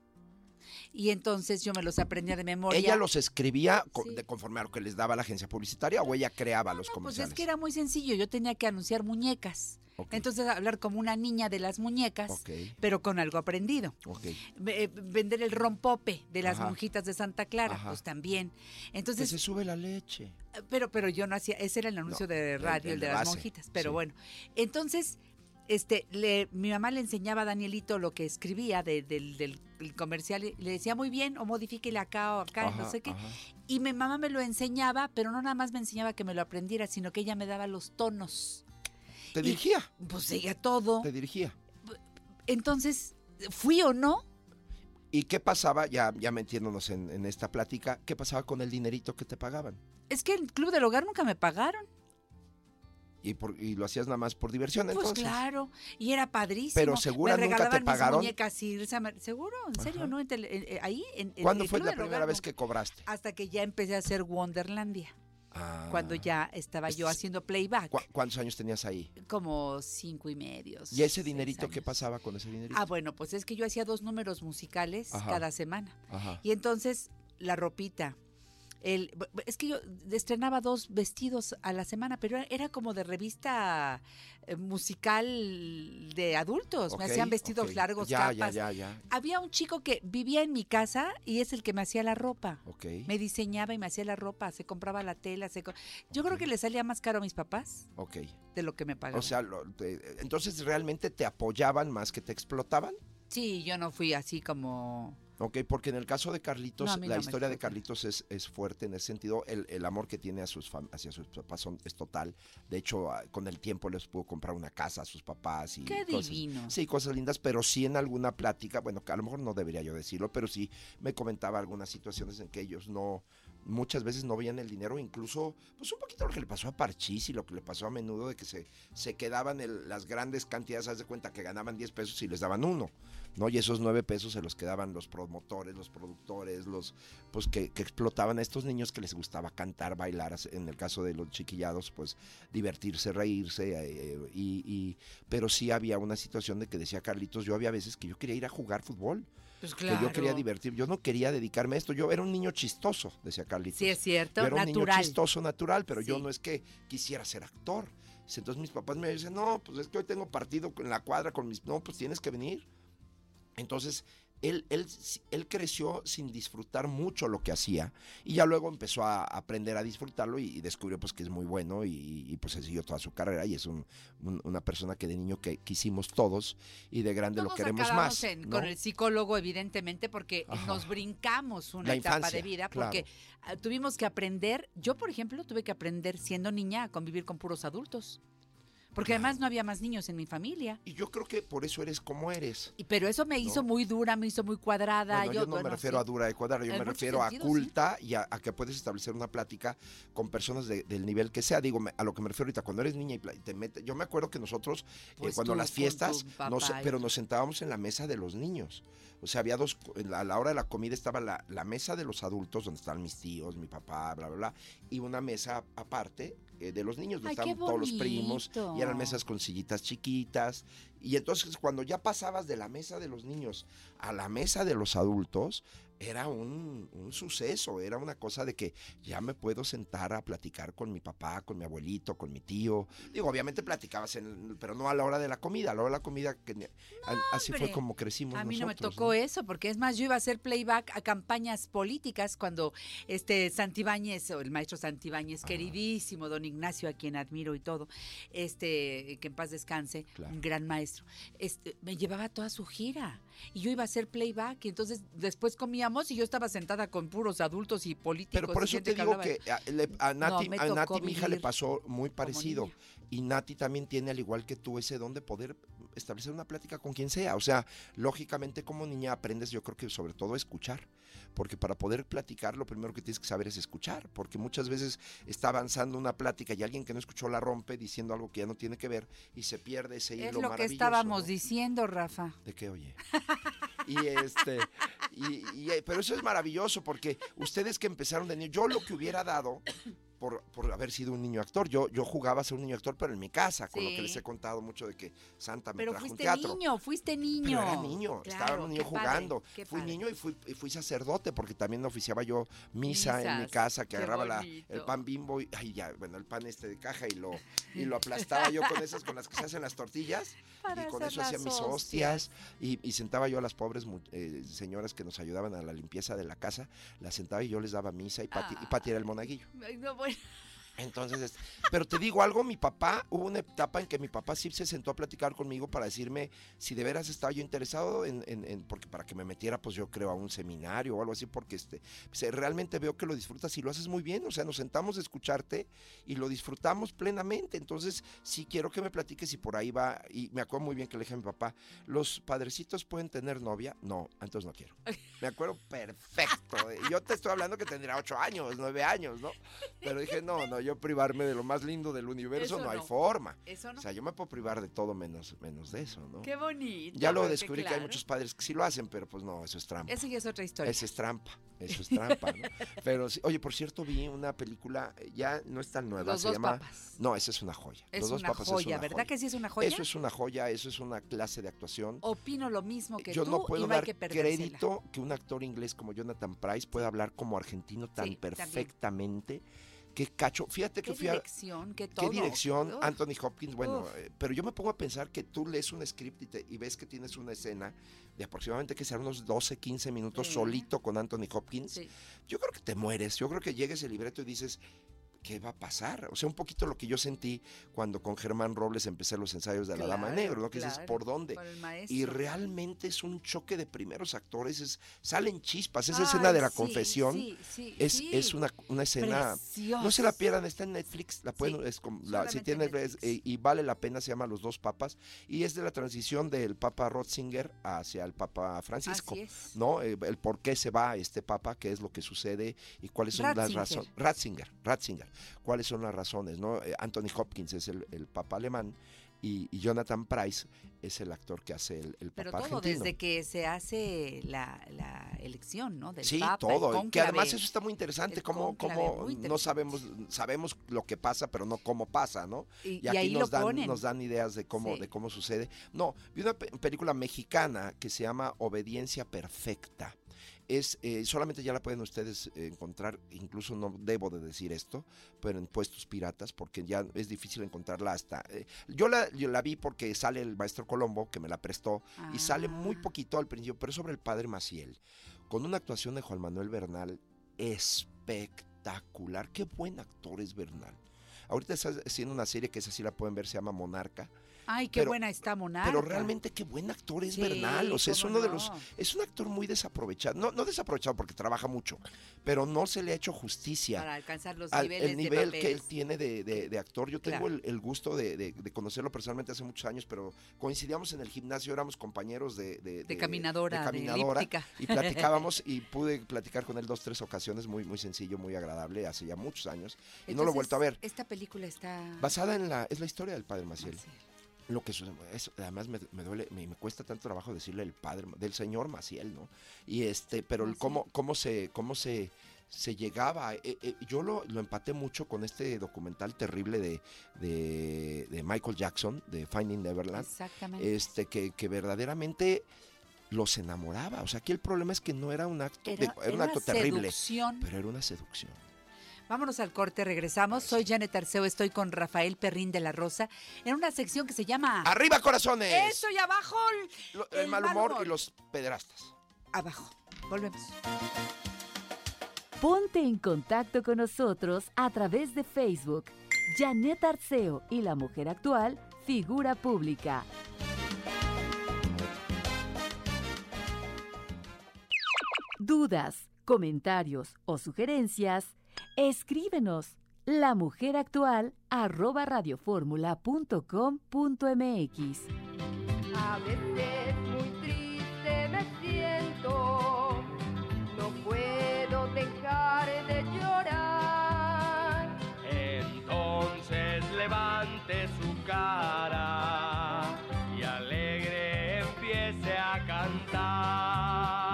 y entonces yo me los aprendía de memoria. ¿Ella los escribía co- Sí. de conforme a lo que les daba la agencia publicitaria o ella creaba los Pues comerciales? es que era muy sencillo. Yo tenía que anunciar muñecas. Entonces hablar como una niña de las muñecas, Ok. pero con algo aprendido. Ok. Ve- eh, Vender el rompope de las Ajá. monjitas de Santa Clara, Ajá. pues también. Que Entonces, se sube la leche. pero pero yo no hacía, ese era el anuncio No, de el- radio, el, el de de las base, monjitas, pero sí. bueno. Entonces, este, le, mi mamá le enseñaba a Danielito lo que escribía de- del, del- del comercial y le decía muy bien, o modifíquele acá o acá, no Ajá, sé qué. ajá. Y mi mamá me lo enseñaba, pero no nada más me enseñaba que me lo aprendiera, sino que ella me daba los tonos. ¿Te Y, dirigía? Pues ella todo. ¿Te dirigía? Entonces, ¿fui o no? ¿Y qué pasaba, ya, ya metiéndonos en, en esta plática, qué pasaba con el dinerito que te pagaban? Es que el Club del Hogar nunca me pagaron. Y, por, y lo hacías nada más por diversión, Pues entonces. claro, y era padrísimo. Pero segura me nunca te regalaban mis pagaron. muñecas Ilsa Mer- seguro, en serio, Ajá. ¿no? En tele- en- eh, ahí, en, en ¿Cuándo el fue Club la del primera Hogar, vez no. que cobraste? Hasta que ya empecé a hacer Wonderlandia. Ah. Cuando ya estaba yo haciendo playback. ¿Cu- ¿Cuántos años tenías ahí? Como cinco y medio. ¿Y ese seis dinerito qué años. pasaba con ese dinerito? Ah, bueno, pues es que yo hacía dos números musicales Ajá. cada semana. Ajá. Y entonces, la ropita, El, es que yo estrenaba dos vestidos a la semana, pero era, era como de revista eh, musical de adultos. Ok, me hacían vestidos ok. largos, Ya, capas. ya, ya, ya. Había un chico que vivía en mi casa y es el que me hacía la ropa. Ok. Me diseñaba y me hacía la ropa, se compraba la tela. Se co- yo creo que le salía más caro a mis papás Ok. de lo que me pagaban. O sea, lo- te- entonces realmente te apoyaban más que te explotaban. Sí, yo no fui así como... Ok, porque en el caso de Carlitos, No, a mí la no me historia de explota. Carlitos es, es fuerte en ese sentido. El, el amor que tiene a sus fam- hacia sus papás son- es total. De hecho, a- con el tiempo les pudo comprar una casa a sus papás. Y ¡Qué cosas, divino! Sí, cosas lindas, pero sí en alguna plática, bueno, que a lo mejor no debería yo decirlo, pero sí me comentaba algunas situaciones en que ellos no, muchas veces no veían el dinero, incluso, pues un poquito lo que le pasó a Parchís y lo que le pasó a Menudo, de que se, se quedaban el- las grandes cantidades, haz de cuenta que ganaban diez pesos y les daban uno, ¿no? Y esos nueve pesos se los quedaban los promotores, los productores, los, pues que, que explotaban a estos niños que les gustaba cantar, bailar, en el caso de los chiquillados, pues divertirse, reírse, eh, y, y, pero sí había una situación de que decía Carlitos, yo había veces que yo quería ir a jugar fútbol. Pues Que yo quería claro. divertir, yo no quería dedicarme a esto, yo era un niño chistoso, decía Carlitos. Sí, es cierto, Yo era un natural. niño chistoso, natural, pero yo Sí. no es que quisiera ser actor. Entonces mis papás me dicen, no, pues es que hoy tengo partido en la cuadra con mis... No, pues tienes que venir. Entonces, él, él, él creció sin disfrutar mucho lo que hacía y ya luego empezó a aprender a disfrutarlo y, y descubrió pues que es muy bueno y, y pues se siguió toda su carrera y es un, un- una persona que de niño que quisimos todos y de grande Todos lo queremos acabamos más. en- ¿no? con el psicólogo, evidentemente, porque Ajá. nos brincamos una La etapa infancia, de vida, claro. porque ah, tuvimos que aprender, yo por ejemplo tuve que aprender siendo niña a convivir con puros adultos, porque además no había más niños en mi familia. Y yo creo que por eso eres como eres. Y, pero eso me hizo muy dura, me hizo muy cuadrada. Bueno, yo, no me bueno, refiero sí. a dura de cuadrada, yo En me muchos refiero a sentidos, culta y a, a que puedes establecer una plática con personas de- del nivel que sea. Digo, me- a lo que me refiero ahorita, cuando eres niña y pla- te metes, yo me acuerdo que nosotros, eh, Pues cuando tú las con fiestas, tu papá nos- y- pero nos sentábamos en la mesa de los niños. O sea, había dos, en la- a la hora de la comida estaba la, la mesa de los adultos, donde estaban mis tíos, mi papá, bla, bla, bla, y una mesa aparte eh, de los niños, donde Ay, qué estaban todos los primos, bonito. y eran mesas con sillitas chiquitas. Y entonces cuando ya pasabas de la mesa de los niños a la mesa de los adultos, era un, un suceso, era una cosa de que ya me puedo sentar a platicar con mi papá, con mi abuelito, con mi tío. Digo, obviamente platicabas, en, pero no a la hora de la comida, a la hora de la comida, que, ni- a- así fue hombre, como crecimos A mí no me nosotros, tocó eso, porque es más, yo iba a hacer playback a campañas políticas cuando este Santibáñez, o el maestro Santibáñez, queridísimo don Ignacio, a quien admiro y todo, este, que en paz descanse, un gran maestro, este, me llevaba toda su gira y yo iba a hacer playback y entonces después comíamos y yo estaba sentada con puros adultos y políticos. Pero por y eso gente te digo hablaba que de- a, le- a Nati, No, me a tocó Nati, mi hija, le vivir pasó muy parecido. niña. Y Nati también tiene, al igual que tú, ese don de poder establecer una plática con quien sea. O sea, lógicamente como niña aprendes, yo creo que sobre todo a escuchar. Porque para poder platicar, lo primero que tienes que saber es escuchar. Porque muchas veces está avanzando una plática y alguien que no escuchó la rompe diciendo algo que ya no tiene que ver y se pierde ese hilo Es lo que maravilloso, estábamos ¿no? diciendo, Rafa. ¿De qué, oye? Y este, y, y, eh, pero eso es maravilloso porque ustedes que empezaron de niño, yo lo que hubiera dado por, por haber sido un niño actor, yo, yo jugaba a ser un niño actor, pero en mi casa, con lo que Sí. les he contado mucho de que Santa me Pero trajo un fuiste teatro. niño, fuiste niño. Pero era niño, estaba Claro, un niño qué padre, jugando. qué Fui padre. niño y fui, y fui sacerdote porque también oficiaba yo misa en mi Misas, casa, que qué agarraba la, bonito. el pan Bimbo y ay, ya, bueno, el pan este de caja y lo, y lo aplastaba yo con esas con las que se hacen las tortillas Para y con hacer eso hacía las mis hostias. hostias y, y sentaba yo a las pobres mu- eh, señoras que nos ayudaban a la limpieza de la casa, las sentaba y yo les daba misa y Pati, y Pati era el monaguillo. Ay, no, bueno. Entonces, este, pero te digo algo, mi papá, hubo una etapa en que mi papá sí se sentó a platicar conmigo para decirme si de veras estaba yo interesado en, en- en- porque para que me metiera, pues yo creo, a un seminario o algo así, porque este, pues, eh, realmente veo que lo disfrutas y lo haces muy bien, o sea, nos sentamos a escucharte y lo disfrutamos plenamente, entonces sí quiero que me platiques y por ahí va, y me acuerdo muy bien que le dije a mi papá, ¿los padrecitos pueden tener novia? No, entonces no quiero. Me acuerdo perfecto, y yo te estoy hablando que tendría ocho años, nueve años, ¿no? Pero dije, no, no, yo privarme de lo más lindo del universo, Eso no hay no. forma. Eso no. O sea, yo me puedo privar de todo menos, menos de eso, ¿no? Qué bonito. Ya lo Pepe, descubrí que hay claro. muchos padres que sí lo hacen, pero pues no, eso es trampa. Eso ya es otra historia. Eso es trampa, eso es trampa, ¿no? Pero sí, oye, por cierto, vi una película, eh, ya no es tan nueva, Los se dos llama... papas. No, esa es una joya. Es Los dos una papas joya, es una ¿verdad joya. que sí es una joya? Eso es una joya, eso es una clase de actuación. Opino lo mismo que Yo tú no puedo y no hay dar que perdérsela. crédito que un actor inglés como Jonathan Pryce pueda hablar como argentino tan Sí, también. perfectamente. Qué cacho. Fíjate que Qué fui a... dirección, qué todo. Qué dirección, Uf. Anthony Hopkins, bueno, Uf. eh, pero yo me pongo a pensar que tú lees un script y, te- y ves que tienes una escena de aproximadamente que será unos doce, quince minutos Sí. solito con Anthony Hopkins. Sí. Yo creo que te mueres, yo creo que llegues el libreto y dices, ¿qué va a pasar? O sea, un poquito lo que yo sentí cuando con Germán Robles empecé los ensayos de La Dama de Claro, Negro, ¿no? Que dices, claro, ¿por dónde? por el maestro. Y realmente es un choque de primeros actores, es, salen chispas, esa Ay, escena de la sí, confesión sí, sí, es, sí. es una, una escena, Preciosa. no se la pierdan, está en Netflix, la pueden, Sí, es como, la, si solamente tiene, en es- eh, y vale la pena, se llama Los Dos Papas, y es de la transición del Papa Ratzinger hacia el Papa Francisco, Así es. ¿no? Eh, el por qué se va este Papa, qué es lo que sucede y cuáles son las Ratzinger. razones. Ratzinger, Ratzinger, cuáles son las razones, ¿no? Eh, Anthony Hopkins es el, el Papa alemán y, y Jonathan Pryce es el actor que hace el, el Pero Papa todo argentino. desde que se hace la, la elección, ¿no? Del Sí, Papa, el todo. Que cónclave. además eso está muy interesante, El cómo, cónclave, cómo muy no interesante. sabemos, sabemos lo que pasa, pero no cómo pasa, ¿no? Y- y aquí ahí nos lo dan, ponen. nos dan ideas de cómo, Sí. de cómo sucede. No, vi una pe- película mexicana que se llama Obediencia Perfecta. Es, eh, solamente ya la pueden ustedes eh, encontrar, incluso no debo de decir esto, pero en puestos piratas, porque ya es difícil encontrarla hasta... eh, yo, la, yo la vi porque sale el maestro Colombo, que me la prestó, y sale muy poquito al principio, pero es sobre el padre Maciel, con una actuación de Juan Manuel Bernal espectacular. Qué buen actor es Bernal. Ahorita está haciendo una serie que esa sí la pueden ver, se llama Monarca. Ay, qué Pero- buena está Monarca. Pero realmente qué buen actor es Sí, Bernal, o sea, es cómo uno de no. los, es un actor muy desaprovechado, no, no desaprovechado porque trabaja mucho, pero no se le ha hecho justicia Para alcanzar los al niveles el de nivel que él papeles. tiene de, de- de actor. Yo tengo Claro. el, el gusto de, de- de conocerlo personalmente hace muchos años, pero coincidíamos en el gimnasio, éramos compañeros de, de, De caminadora, de caminadora, elíptica. y platicábamos y pude platicar con él dos, tres ocasiones, muy, muy sencillo, muy agradable, hace ya muchos años, y no lo he Entonces, vuelto a ver. Esta película está... Basada en la, es la historia del padre Maciel. Lo que su- es- además me, me duele, me, me cuesta tanto trabajo decirle el padre, del señor Maciel, ¿no? Y este, pero el cómo, cómo se, cómo se, se llegaba, eh, eh, yo lo, lo empaté mucho con este documental terrible de, de, de Michael Jackson, de Finding Neverland. Exactamente. Este, que, que verdaderamente los enamoraba. O sea, aquí el problema es que no era un acto, Era- de- era un era acto terrible, seducción. pero era una seducción. Vámonos al corte, regresamos. Soy Janet Arceo, estoy con Rafael Perrín de la Rosa en una sección que se llama... ¡Arriba, corazones! Eso, y abajo el, Lo- el mal humor y los pederastas. Abajo. Volvemos. Ponte en contacto con nosotros a través de Facebook. Janet Arceo y la mujer actual, figura pública. Dudas, comentarios o sugerencias, escríbenos lamujeractual arroba radioformula punto com punto mx. A veces muy triste me siento, no puedo dejar de llorar. Entonces levante su cara y alegre empiece a cantar.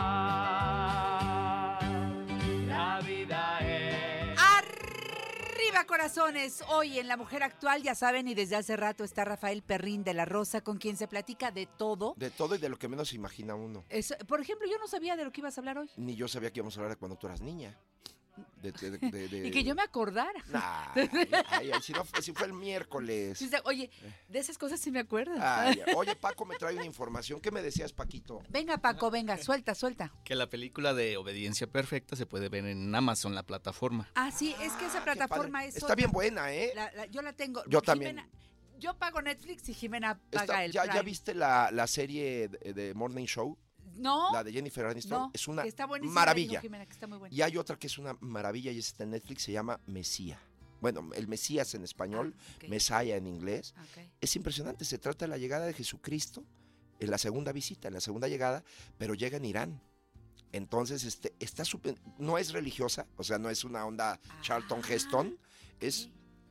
La vida es... ¡Arriba, corazones! Hoy en La Mujer Actual, ya saben, y desde hace rato está Rafael Perrín de la Rosa, con quien se platica de todo. De todo y de lo que menos se imagina uno. Es- por ejemplo, yo no sabía de lo que ibas a hablar hoy. Ni yo sabía que íbamos a hablar de cuando tú eras niña. De, de- de- de- Y que yo me acordara. Nah, ay, ay, ay, si, no, si fue el miércoles. Sí, Oye, de esas cosas sí me acuerdo. Ay, oye, Paco me trae una información. ¿Qué me decías, Paquito? Venga, Paco, venga, suelta, suelta. Que la película de Obediencia Perfecta se puede ver en Amazon, la plataforma. Ah, sí, es que esa plataforma es... Está otra. bien buena, ¿eh? La- la- yo la tengo. Yo también. Jimena- yo pago Netflix y Jimena paga Está- el ¿ya, Prime. ¿Ya viste la, la serie de, de Morning Show? No. La de Jennifer Aniston. No, es una que está buenísima, maravilla. dijo Jimena, que está muy buena. Y hay otra que es una maravilla y está en Netflix, se llama Mesía. Bueno, el Mesías en español, Ah, ok. Mesaya en inglés. Ok. Es impresionante, se trata de la llegada de Jesucristo en la segunda visita, en la segunda llegada, pero llega en Irán. Entonces, este, está súper, no es religiosa, o sea, no es una onda Charlton Heston, es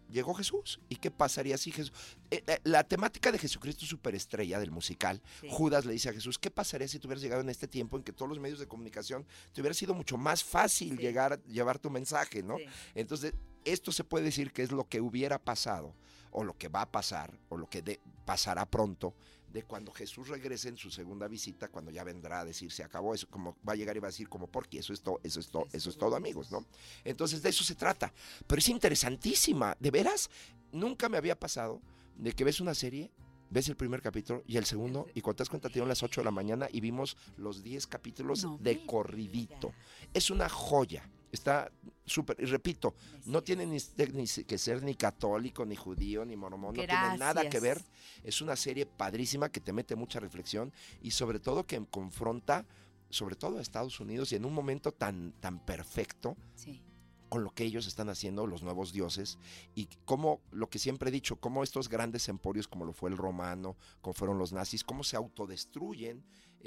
llegó Jesús. ¿Y qué pasaría si Jesús... Eh, eh, la temática de Jesucristo superestrella del musical, sí. Judas le dice a Jesús, ¿qué pasaría si tú hubieras llegado en este tiempo en que todos los medios de comunicación te hubiera sido mucho más fácil sí. llegar, llevar tu mensaje, ¿no? Sí. Entonces, esto se puede decir que es lo que hubiera pasado, o lo que va a pasar, o lo que de, pasará pronto, de cuando Jesús regrese en su segunda visita, cuando ya vendrá a decir, se acabó, eso como va a llegar y va a decir como, porque eso es todo, eso es todo, eso es todo, amigos, ¿no? Entonces, de eso se trata. Pero es interesantísima, de veras, nunca me había pasado de que ves una serie, ves el primer capítulo y el segundo, y cuando te das cuenta te dieron las ocho de la mañana y vimos los diez capítulos no, de corridito. Es una joya. Está súper, y repito, no tiene ni, ni que ser ni católico, ni judío, ni mormón, no tiene nada que ver. Es una serie padrísima que te mete mucha reflexión y sobre todo que confronta, sobre todo a Estados Unidos y en un momento tan, tan perfecto, sí. con lo que ellos están haciendo, los nuevos dioses, y cómo, lo que siempre he dicho, cómo estos grandes emporios como lo fue el romano, como fueron los nazis, cómo se autodestruyen,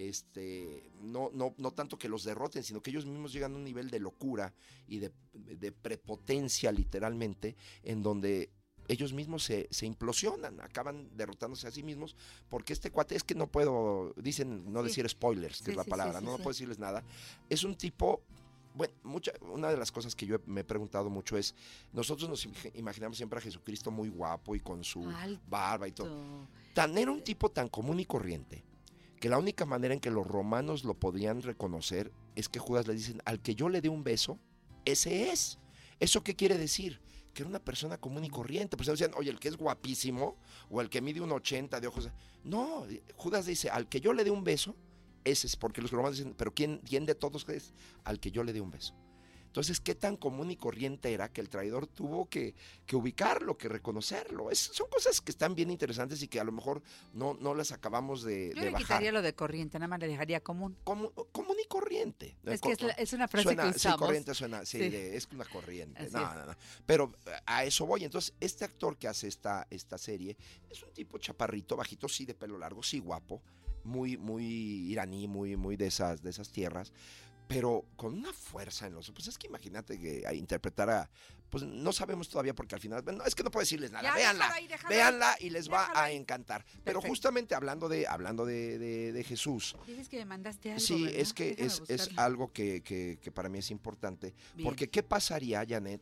este, no, no, no tanto que los derroten, sino que ellos mismos llegan a un nivel de locura y de, de prepotencia literalmente, en donde ellos mismos se, se implosionan, acaban derrotándose a sí mismos, porque este cuate, es que no puedo, dicen no sí. decir spoilers, que sí, es la sí, palabra, sí, sí, no, sí. no puedo decirles nada, es un tipo... Bueno, mucha, una de las cosas que yo me he preguntado mucho es, nosotros nos imaginamos siempre a Jesucristo muy guapo y con su Alto. barba y todo. Tan era un tipo tan común y corriente, que la única manera en que los romanos lo podían reconocer es que Judas le dicen, al que yo le dé un beso, ese es. ¿Eso qué quiere decir? Que era una persona común y corriente. Pues decían, oye, el que es guapísimo, o el que mide un ochenta de ojos. No, Judas dice, al que yo le dé un beso, ese es, porque los romanos dicen, pero ¿quién, quién de todos es? Al que yo le dé un beso. Entonces, ¿qué tan común y corriente era que el traidor tuvo que, que ubicarlo, que reconocerlo? Es, son cosas que están bien interesantes y que a lo mejor no, no las acabamos de, yo de le bajar. quitaría lo de corriente, nada más le dejaría común. Común, común y corriente. Es que es, la, es una frase suena, que usamos. Sí, corriente suena, sí, sí. De, es una corriente. Así No, es. no, no. Pero a eso voy. Entonces, este actor que hace esta, esta serie es un tipo chaparrito, bajito, sí, de pelo largo, sí, guapo. Muy, muy iraní, muy, muy de esas, de esas tierras, pero con una fuerza en los... Pues es que imagínate que a interpretar a... Pues no sabemos todavía porque al final... No, es que no puedo decirles nada. Ya, véanla, ahí, véanla y les déjalo va a encantar. Perfecto. Pero justamente hablando de hablando de, de, de Jesús... Dices que me mandaste algo, Sí, ¿verdad? es que es, es algo que, que, que para mí es importante. Bien. Porque ¿qué pasaría, Janet?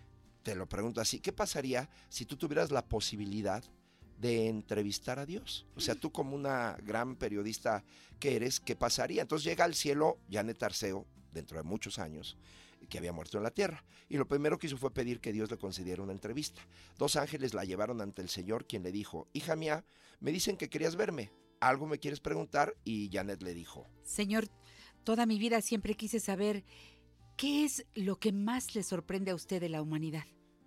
Te lo pregunto así. ¿Qué pasaría si tú tuvieras la posibilidad de entrevistar a Dios? O sea, tú como una gran periodista que eres, ¿qué pasaría? Entonces llega al cielo Janet Arceo, dentro de muchos años, que había muerto en la tierra, y lo primero que hizo fue pedir que Dios le concediera una entrevista. Dos ángeles la llevaron ante el Señor, quien le dijo, hija mía, me dicen que querías verme, ¿algo me quieres preguntar? Y Janet le dijo, Señor, toda mi vida siempre quise saber, ¿qué es lo que más le sorprende a usted de la humanidad?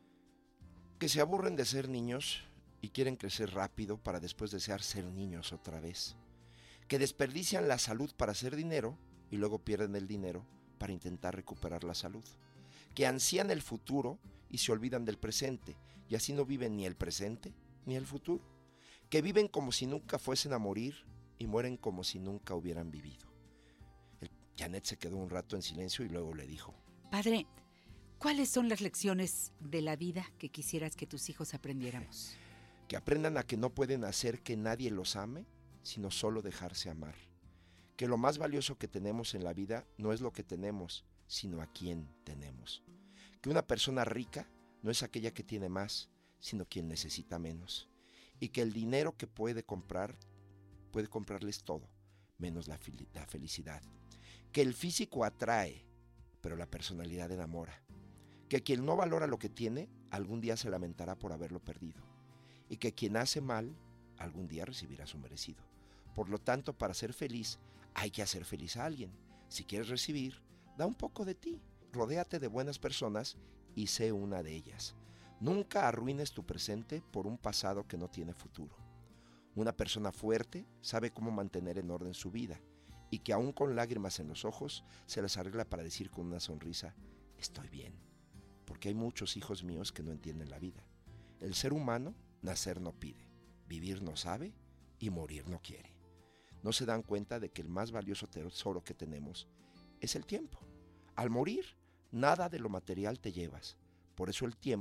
Que se aburren de ser niños y quieren crecer rápido para después desear ser niños otra vez. Que desperdician la salud para hacer dinero y luego pierden el dinero para intentar recuperar la salud. Que ansían el futuro y se olvidan del presente y así no viven ni el presente ni el futuro. Que viven como si nunca fuesen a morir y mueren como si nunca hubieran vivido. El Janet se quedó un rato en silencio y luego le dijo, Padre, ¿cuáles son las lecciones de la vida que quisieras que tus hijos aprendiéramos? Que aprendan a que no pueden hacer que nadie los ame, sino solo dejarse amar. Que lo más valioso que tenemos en la vida no es lo que tenemos, sino a quién tenemos. Que una persona rica no es aquella que tiene más, sino quien necesita menos. Y que el dinero que puede comprar, puede comprarles todo, menos la, fel- la felicidad. Que el físico atrae, pero la personalidad enamora. Que quien no valora lo que tiene, algún día se lamentará por haberlo perdido. Y que quien hace mal, algún día recibirá su merecido. Por lo tanto, para ser feliz, hay que hacer feliz a alguien. Si quieres recibir, da un poco de ti. Rodéate de buenas personas y sé una de ellas. Nunca arruines tu presente por un pasado que no tiene futuro. Una persona fuerte sabe cómo mantener en orden su vida y que aún con lágrimas en los ojos, se las arregla para decir con una sonrisa, estoy bien. Porque hay muchos hijos míos que no entienden la vida. El ser humano nacer no pide, vivir no sabe y morir no quiere. No se dan cuenta de que el más valioso tesoro que tenemos es el tiempo. Al morir, nada de lo material te llevas. Por eso el tiempo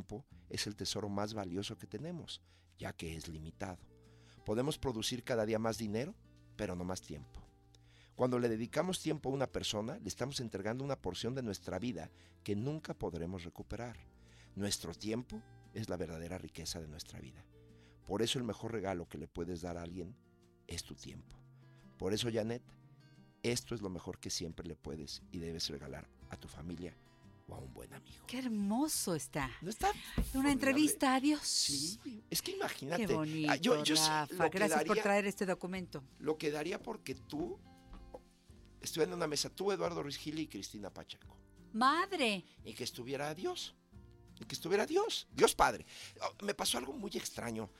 es el tesoro más valioso que tenemos, ya que es limitado. Podemos producir cada día más dinero, pero no más tiempo. Cuando le dedicamos tiempo a una persona, le estamos entregando una porción de nuestra vida que nunca podremos recuperar. Nuestro tiempo es la verdadera riqueza de nuestra vida. Por eso el mejor regalo que le puedes dar a alguien es tu tiempo. Por eso, Janet, esto es lo mejor que siempre le puedes y debes regalar a tu familia o a un buen amigo. Qué hermoso está. ¿No está? Una entrevista a Dios. Sí, es que imagínate. Qué bonito, Ah, yo, yo sí, Rafa. lo que Gracias por daría- traer este documento. Lo que daría porque tú estuvieras en una mesa, tú, Eduardo Ruiz Gil y Cristina Pacheco, Madre. y que estuviera Dios, y que estuviera Dios, Dios Padre. Oh, me pasó algo muy extraño.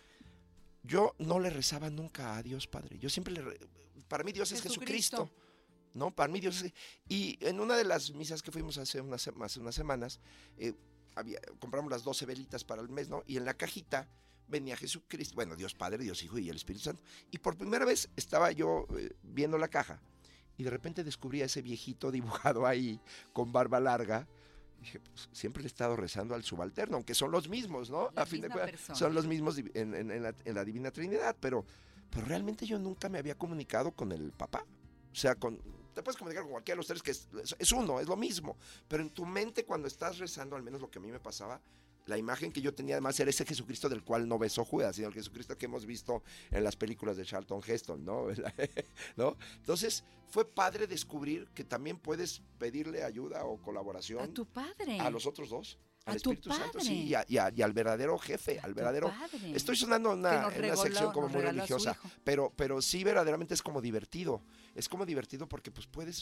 Yo no le rezaba nunca a Dios Padre. Yo siempre le... re- Para mí Dios es Jesucristo. Jesucristo. ¿No? Para mí Dios es... Y en una de las misas que fuimos hace unas, se- hace unas semanas, eh, había, compramos las doce velitas para el mes, ¿no? Y en la cajita venía Jesucristo, bueno, Dios Padre, Dios Hijo y el Espíritu Santo. Y por primera vez estaba yo eh, viendo la caja y de repente descubrí a ese viejito dibujado ahí con barba larga. Dije, pues, siempre le he estado rezando al subalterno, aunque son los mismos, ¿no? La a fin de misma cuentas, persona. son los mismos di- en, en- en la, en la Divina Trinidad, pero, pero realmente yo nunca me había comunicado con el papá. O sea, con, te puedes comunicar con cualquiera de los tres, que es, es- es uno, es lo mismo. Pero en tu mente, cuando estás rezando, al menos lo que a mí me pasaba, la imagen que yo tenía además era ese Jesucristo del cual no besó Judas, sino el Jesucristo que hemos visto en las películas de Charlton Heston, ¿no? ¿No? Entonces, fue padre descubrir que también puedes pedirle ayuda o colaboración A tu padre. a los otros dos. A Al tu Espíritu Santo, padre. sí, y, a- y a- y al verdadero jefe, al verdadero... padre. Estoy sonando en Que una, nos en una regaló- sección como nos muy regaló a su religiosa, hijo. pero, pero sí verdaderamente es como divertido. Es como divertido porque pues puedes,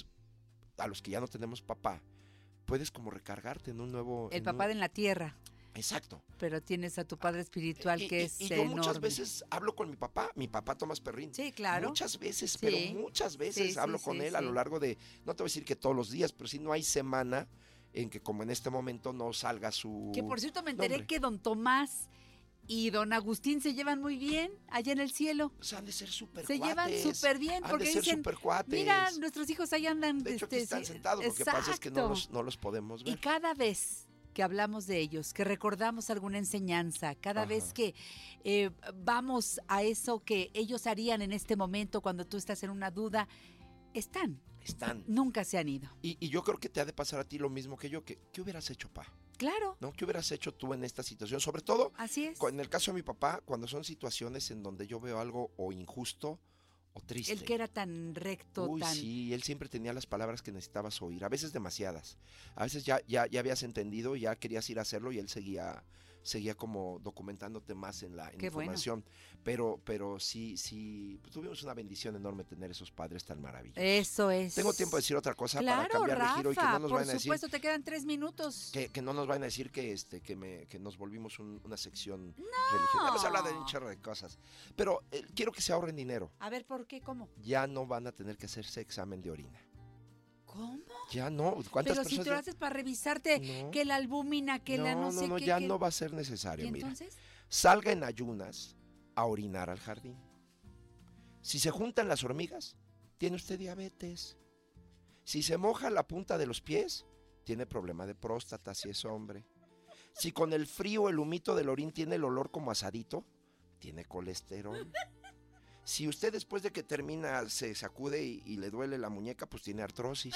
a los que ya no tenemos papá, puedes como recargarte en un nuevo... El en papá un- de en la tierra. Exacto. Pero tienes a tu padre espiritual Y, que y- es y yo enorme. muchas veces hablo con mi papá, mi papá Tomás Perrín. Sí, claro. Muchas veces, Sí. pero muchas veces Sí, sí, hablo sí, con él a sí. lo largo de, no te voy a decir que todos los días, pero sí no hay semana en que como en este momento no salga su... Que por cierto me enteré nombre. que don Tomás y don Agustín se llevan muy bien allá en el cielo. O sea, han de ser súper Se llevan cuates, súper bien han porque de ser dicen, súper cuates. mira, nuestros hijos ahí andan. De hecho, aquí este, están sí, sentados, lo que pasa es que no exacto. los, no los podemos Y ver. cada vez que hablamos de ellos, que recordamos alguna enseñanza, cada Ajá. vez que eh, vamos a eso que ellos harían en este momento cuando tú estás en una duda, están. Están. Nunca se han ido. Y, y yo creo que te ha de pasar a ti lo mismo que yo, que ¿qué hubieras hecho, pa? Claro. ¿No? ¿Qué hubieras hecho tú en esta situación? Sobre todo, Así es. en el caso de mi papá, cuando son situaciones en donde yo veo algo o injusto o triste. El que era tan recto, Uy, tan... sí, él siempre tenía las palabras que necesitabas oír, a veces demasiadas. A veces ya, ya, ya habías entendido, ya querías ir a hacerlo y él seguía, seguía como documentándote más en la en Qué bueno. información. Pero, pero sí, sí, pues tuvimos una bendición enorme tener esos padres tan maravillosos. Eso es. Tengo tiempo de decir otra cosa Claro, para cambiar Rafa, de giro y que no nos por vayan a decir supuesto, te quedan tres minutos. que, que no nos vayan a decir que este que me que nos volvimos un- una sección religiosa. Hemos hablado de un chorro de cosas, pero eh, quiero que se ahorren dinero. A ver, ¿por qué? ¿Cómo? Ya no van a tener que hacerse examen de orina. ¿Cómo? Ya no. ¿Cuántas Pero si personas tú lo haces para revisarte No. que la albúmina, que no, la no, no, sé no, qué. ya que- no va a ser necesario. ¿Y Mira, entonces? salga en ayunas a orinar al jardín. Si se juntan las hormigas, tiene usted diabetes. Si se moja la punta de los pies, tiene problema de próstata si es hombre. Si con el frío el humito del orín tiene el olor como asadito, tiene colesterol. Si usted después de que termina se sacude y, y le duele la muñeca, pues tiene artrosis.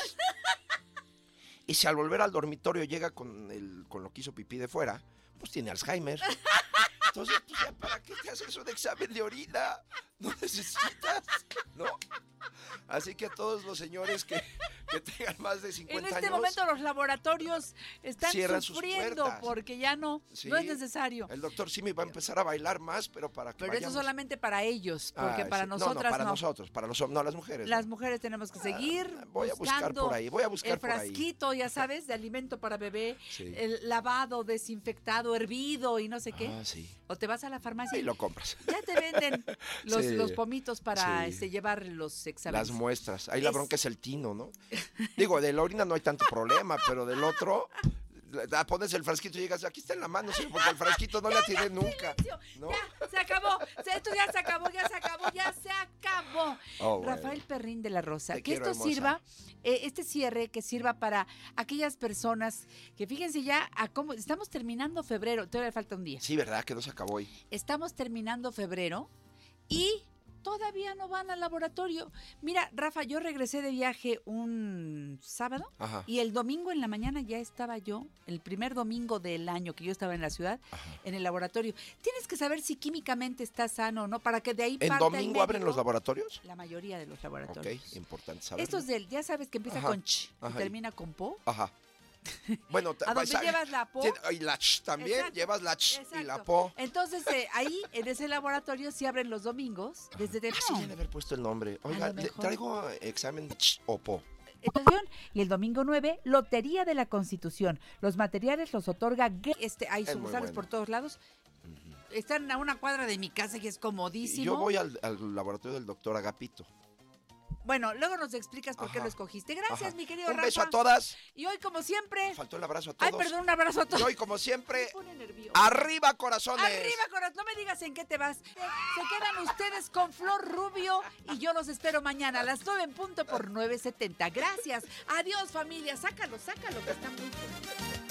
Y si al volver al dormitorio llega con, el, con lo que hizo pipí de fuera, pues tiene Alzheimer. Entonces, pues ya, ¿para qué te haces un examen de orina? No necesitas, ¿no? Así que a todos los señores que, que tengan más de En cincuenta este años... momento los laboratorios están Cierran sus sufriendo puertas. porque ya no, Sí, no es necesario. El doctor Simi va a empezar a bailar más, pero para que Pero eso vayamos... solamente para ellos, porque Ah, para sí. No, nosotras no, para no. nosotros, para los hom- no, las mujeres. Las no. mujeres tenemos que seguir voy a buscar buscando por ahí, voy a buscar el por ahí. frasquito, ya sabes, de alimento para bebé, Sí. el lavado, desinfectado, hervido y no sé qué. Ah, sí. O te vas a la farmacia Ahí lo compras. ya te venden los, Sí. los pomitos para Sí. este, llevar los exámenes. Las muestras. Ahí la Es- bronca es el tino, ¿no? Digo, de la orina no hay tanto problema, pero del otro, la pones el frasquito y llegas, aquí está en la mano, sí, porque el frasquito no la tiene nunca. ¿no? Ya, se acabó. Esto ya se acabó, ya se acabó, ya se acabó. Oh, bueno. Rafael Perrín de la Rosa, Te que quiero, esto hermosa. sirva, eh, este cierre que sirva para aquellas personas que fíjense ya a cómo, estamos terminando febrero, todavía falta un día. Sí, ¿verdad? Que no se acabó hoy. Estamos terminando febrero y todavía no van al laboratorio. Mira, Rafa, yo regresé de viaje un sábado Ajá. y el domingo en la mañana ya estaba yo, el primer domingo del año que yo estaba en la ciudad, Ajá. en el laboratorio. Tienes que saber si químicamente está sano o no, para que de ahí ¿En parta el domingo abren médico. los laboratorios? La mayoría de los Ok, laboratorios. importante saberlo. Estos del, ya sabes que empieza Ajá. con ch y Ajá. termina con po. Ajá. Bueno, ¿A dónde sa- llevas la po? tiene- Y la ch también, Exacto, llevas la ch y la exacto. po. Entonces, eh, ahí, en ese laboratorio, sí abren los domingos, desde Así temprano. le de haber puesto el nombre. Oiga, lo le- mejor. traigo examen de ch o po. Estación, y el domingo nueve, Lotería de la Constitución. Los materiales los otorga Ge- este hay Es muy sucursales bueno. por todos lados. Están a una cuadra de mi casa y es comodísimo. Yo voy al, al laboratorio del doctor Agapito. Bueno, luego nos explicas por qué Ajá. lo escogiste. Gracias, Ajá. mi querido Un Rafa. beso a todas. Y hoy, como siempre... Faltó el abrazo a todos. Ay, perdón, un abrazo a todos. Y hoy, como siempre, Me pone nerviosa. arriba corazones. Arriba, corazón, no me digas en qué te vas. Se quedan ustedes con Flor Rubio y yo los espero mañana a las nueve en punto por nueve setenta. Gracias. Adiós, familia. Sácalo, sácalo, que está muy bueno.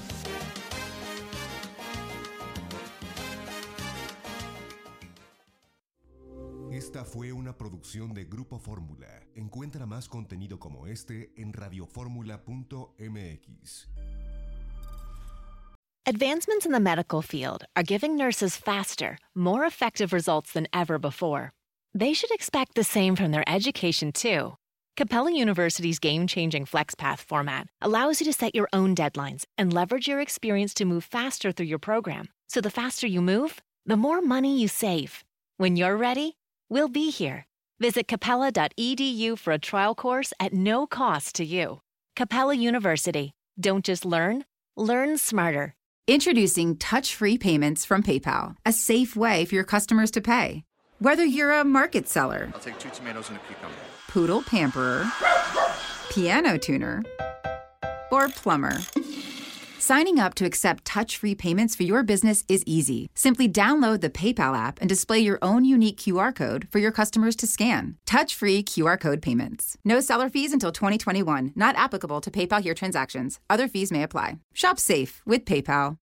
Esta fue una producción de Grupo Fórmula. Encuentra más contenido como este en radioformula punto m x. Advancements in the medical field are giving nurses faster, more effective results than ever before. They should expect the same from their education, too. Capella University's game-changing FlexPath format allows you to set your own deadlines and leverage your experience to move faster through your program. So the faster you move, the more money you save. When you're ready, we'll be here. Visit capella dot e d u for a trial course at no cost to you. Capella University. Don't just learn, learn smarter. Introducing touch-free payments from PayPal, a safe way for your customers to pay. Whether you're a market seller, I'll take two tomatoes and a cucumber. poodle pamperer, piano tuner, or plumber, signing up to accept touch-free payments for your business is easy. Simply download the PayPal app and display your own unique Q R code for your customers to scan. Touch-free Q R code payments. No seller fees until twenty twenty-one. Not applicable to PayPal Here transactions. Other fees may apply. Shop safe with PayPal.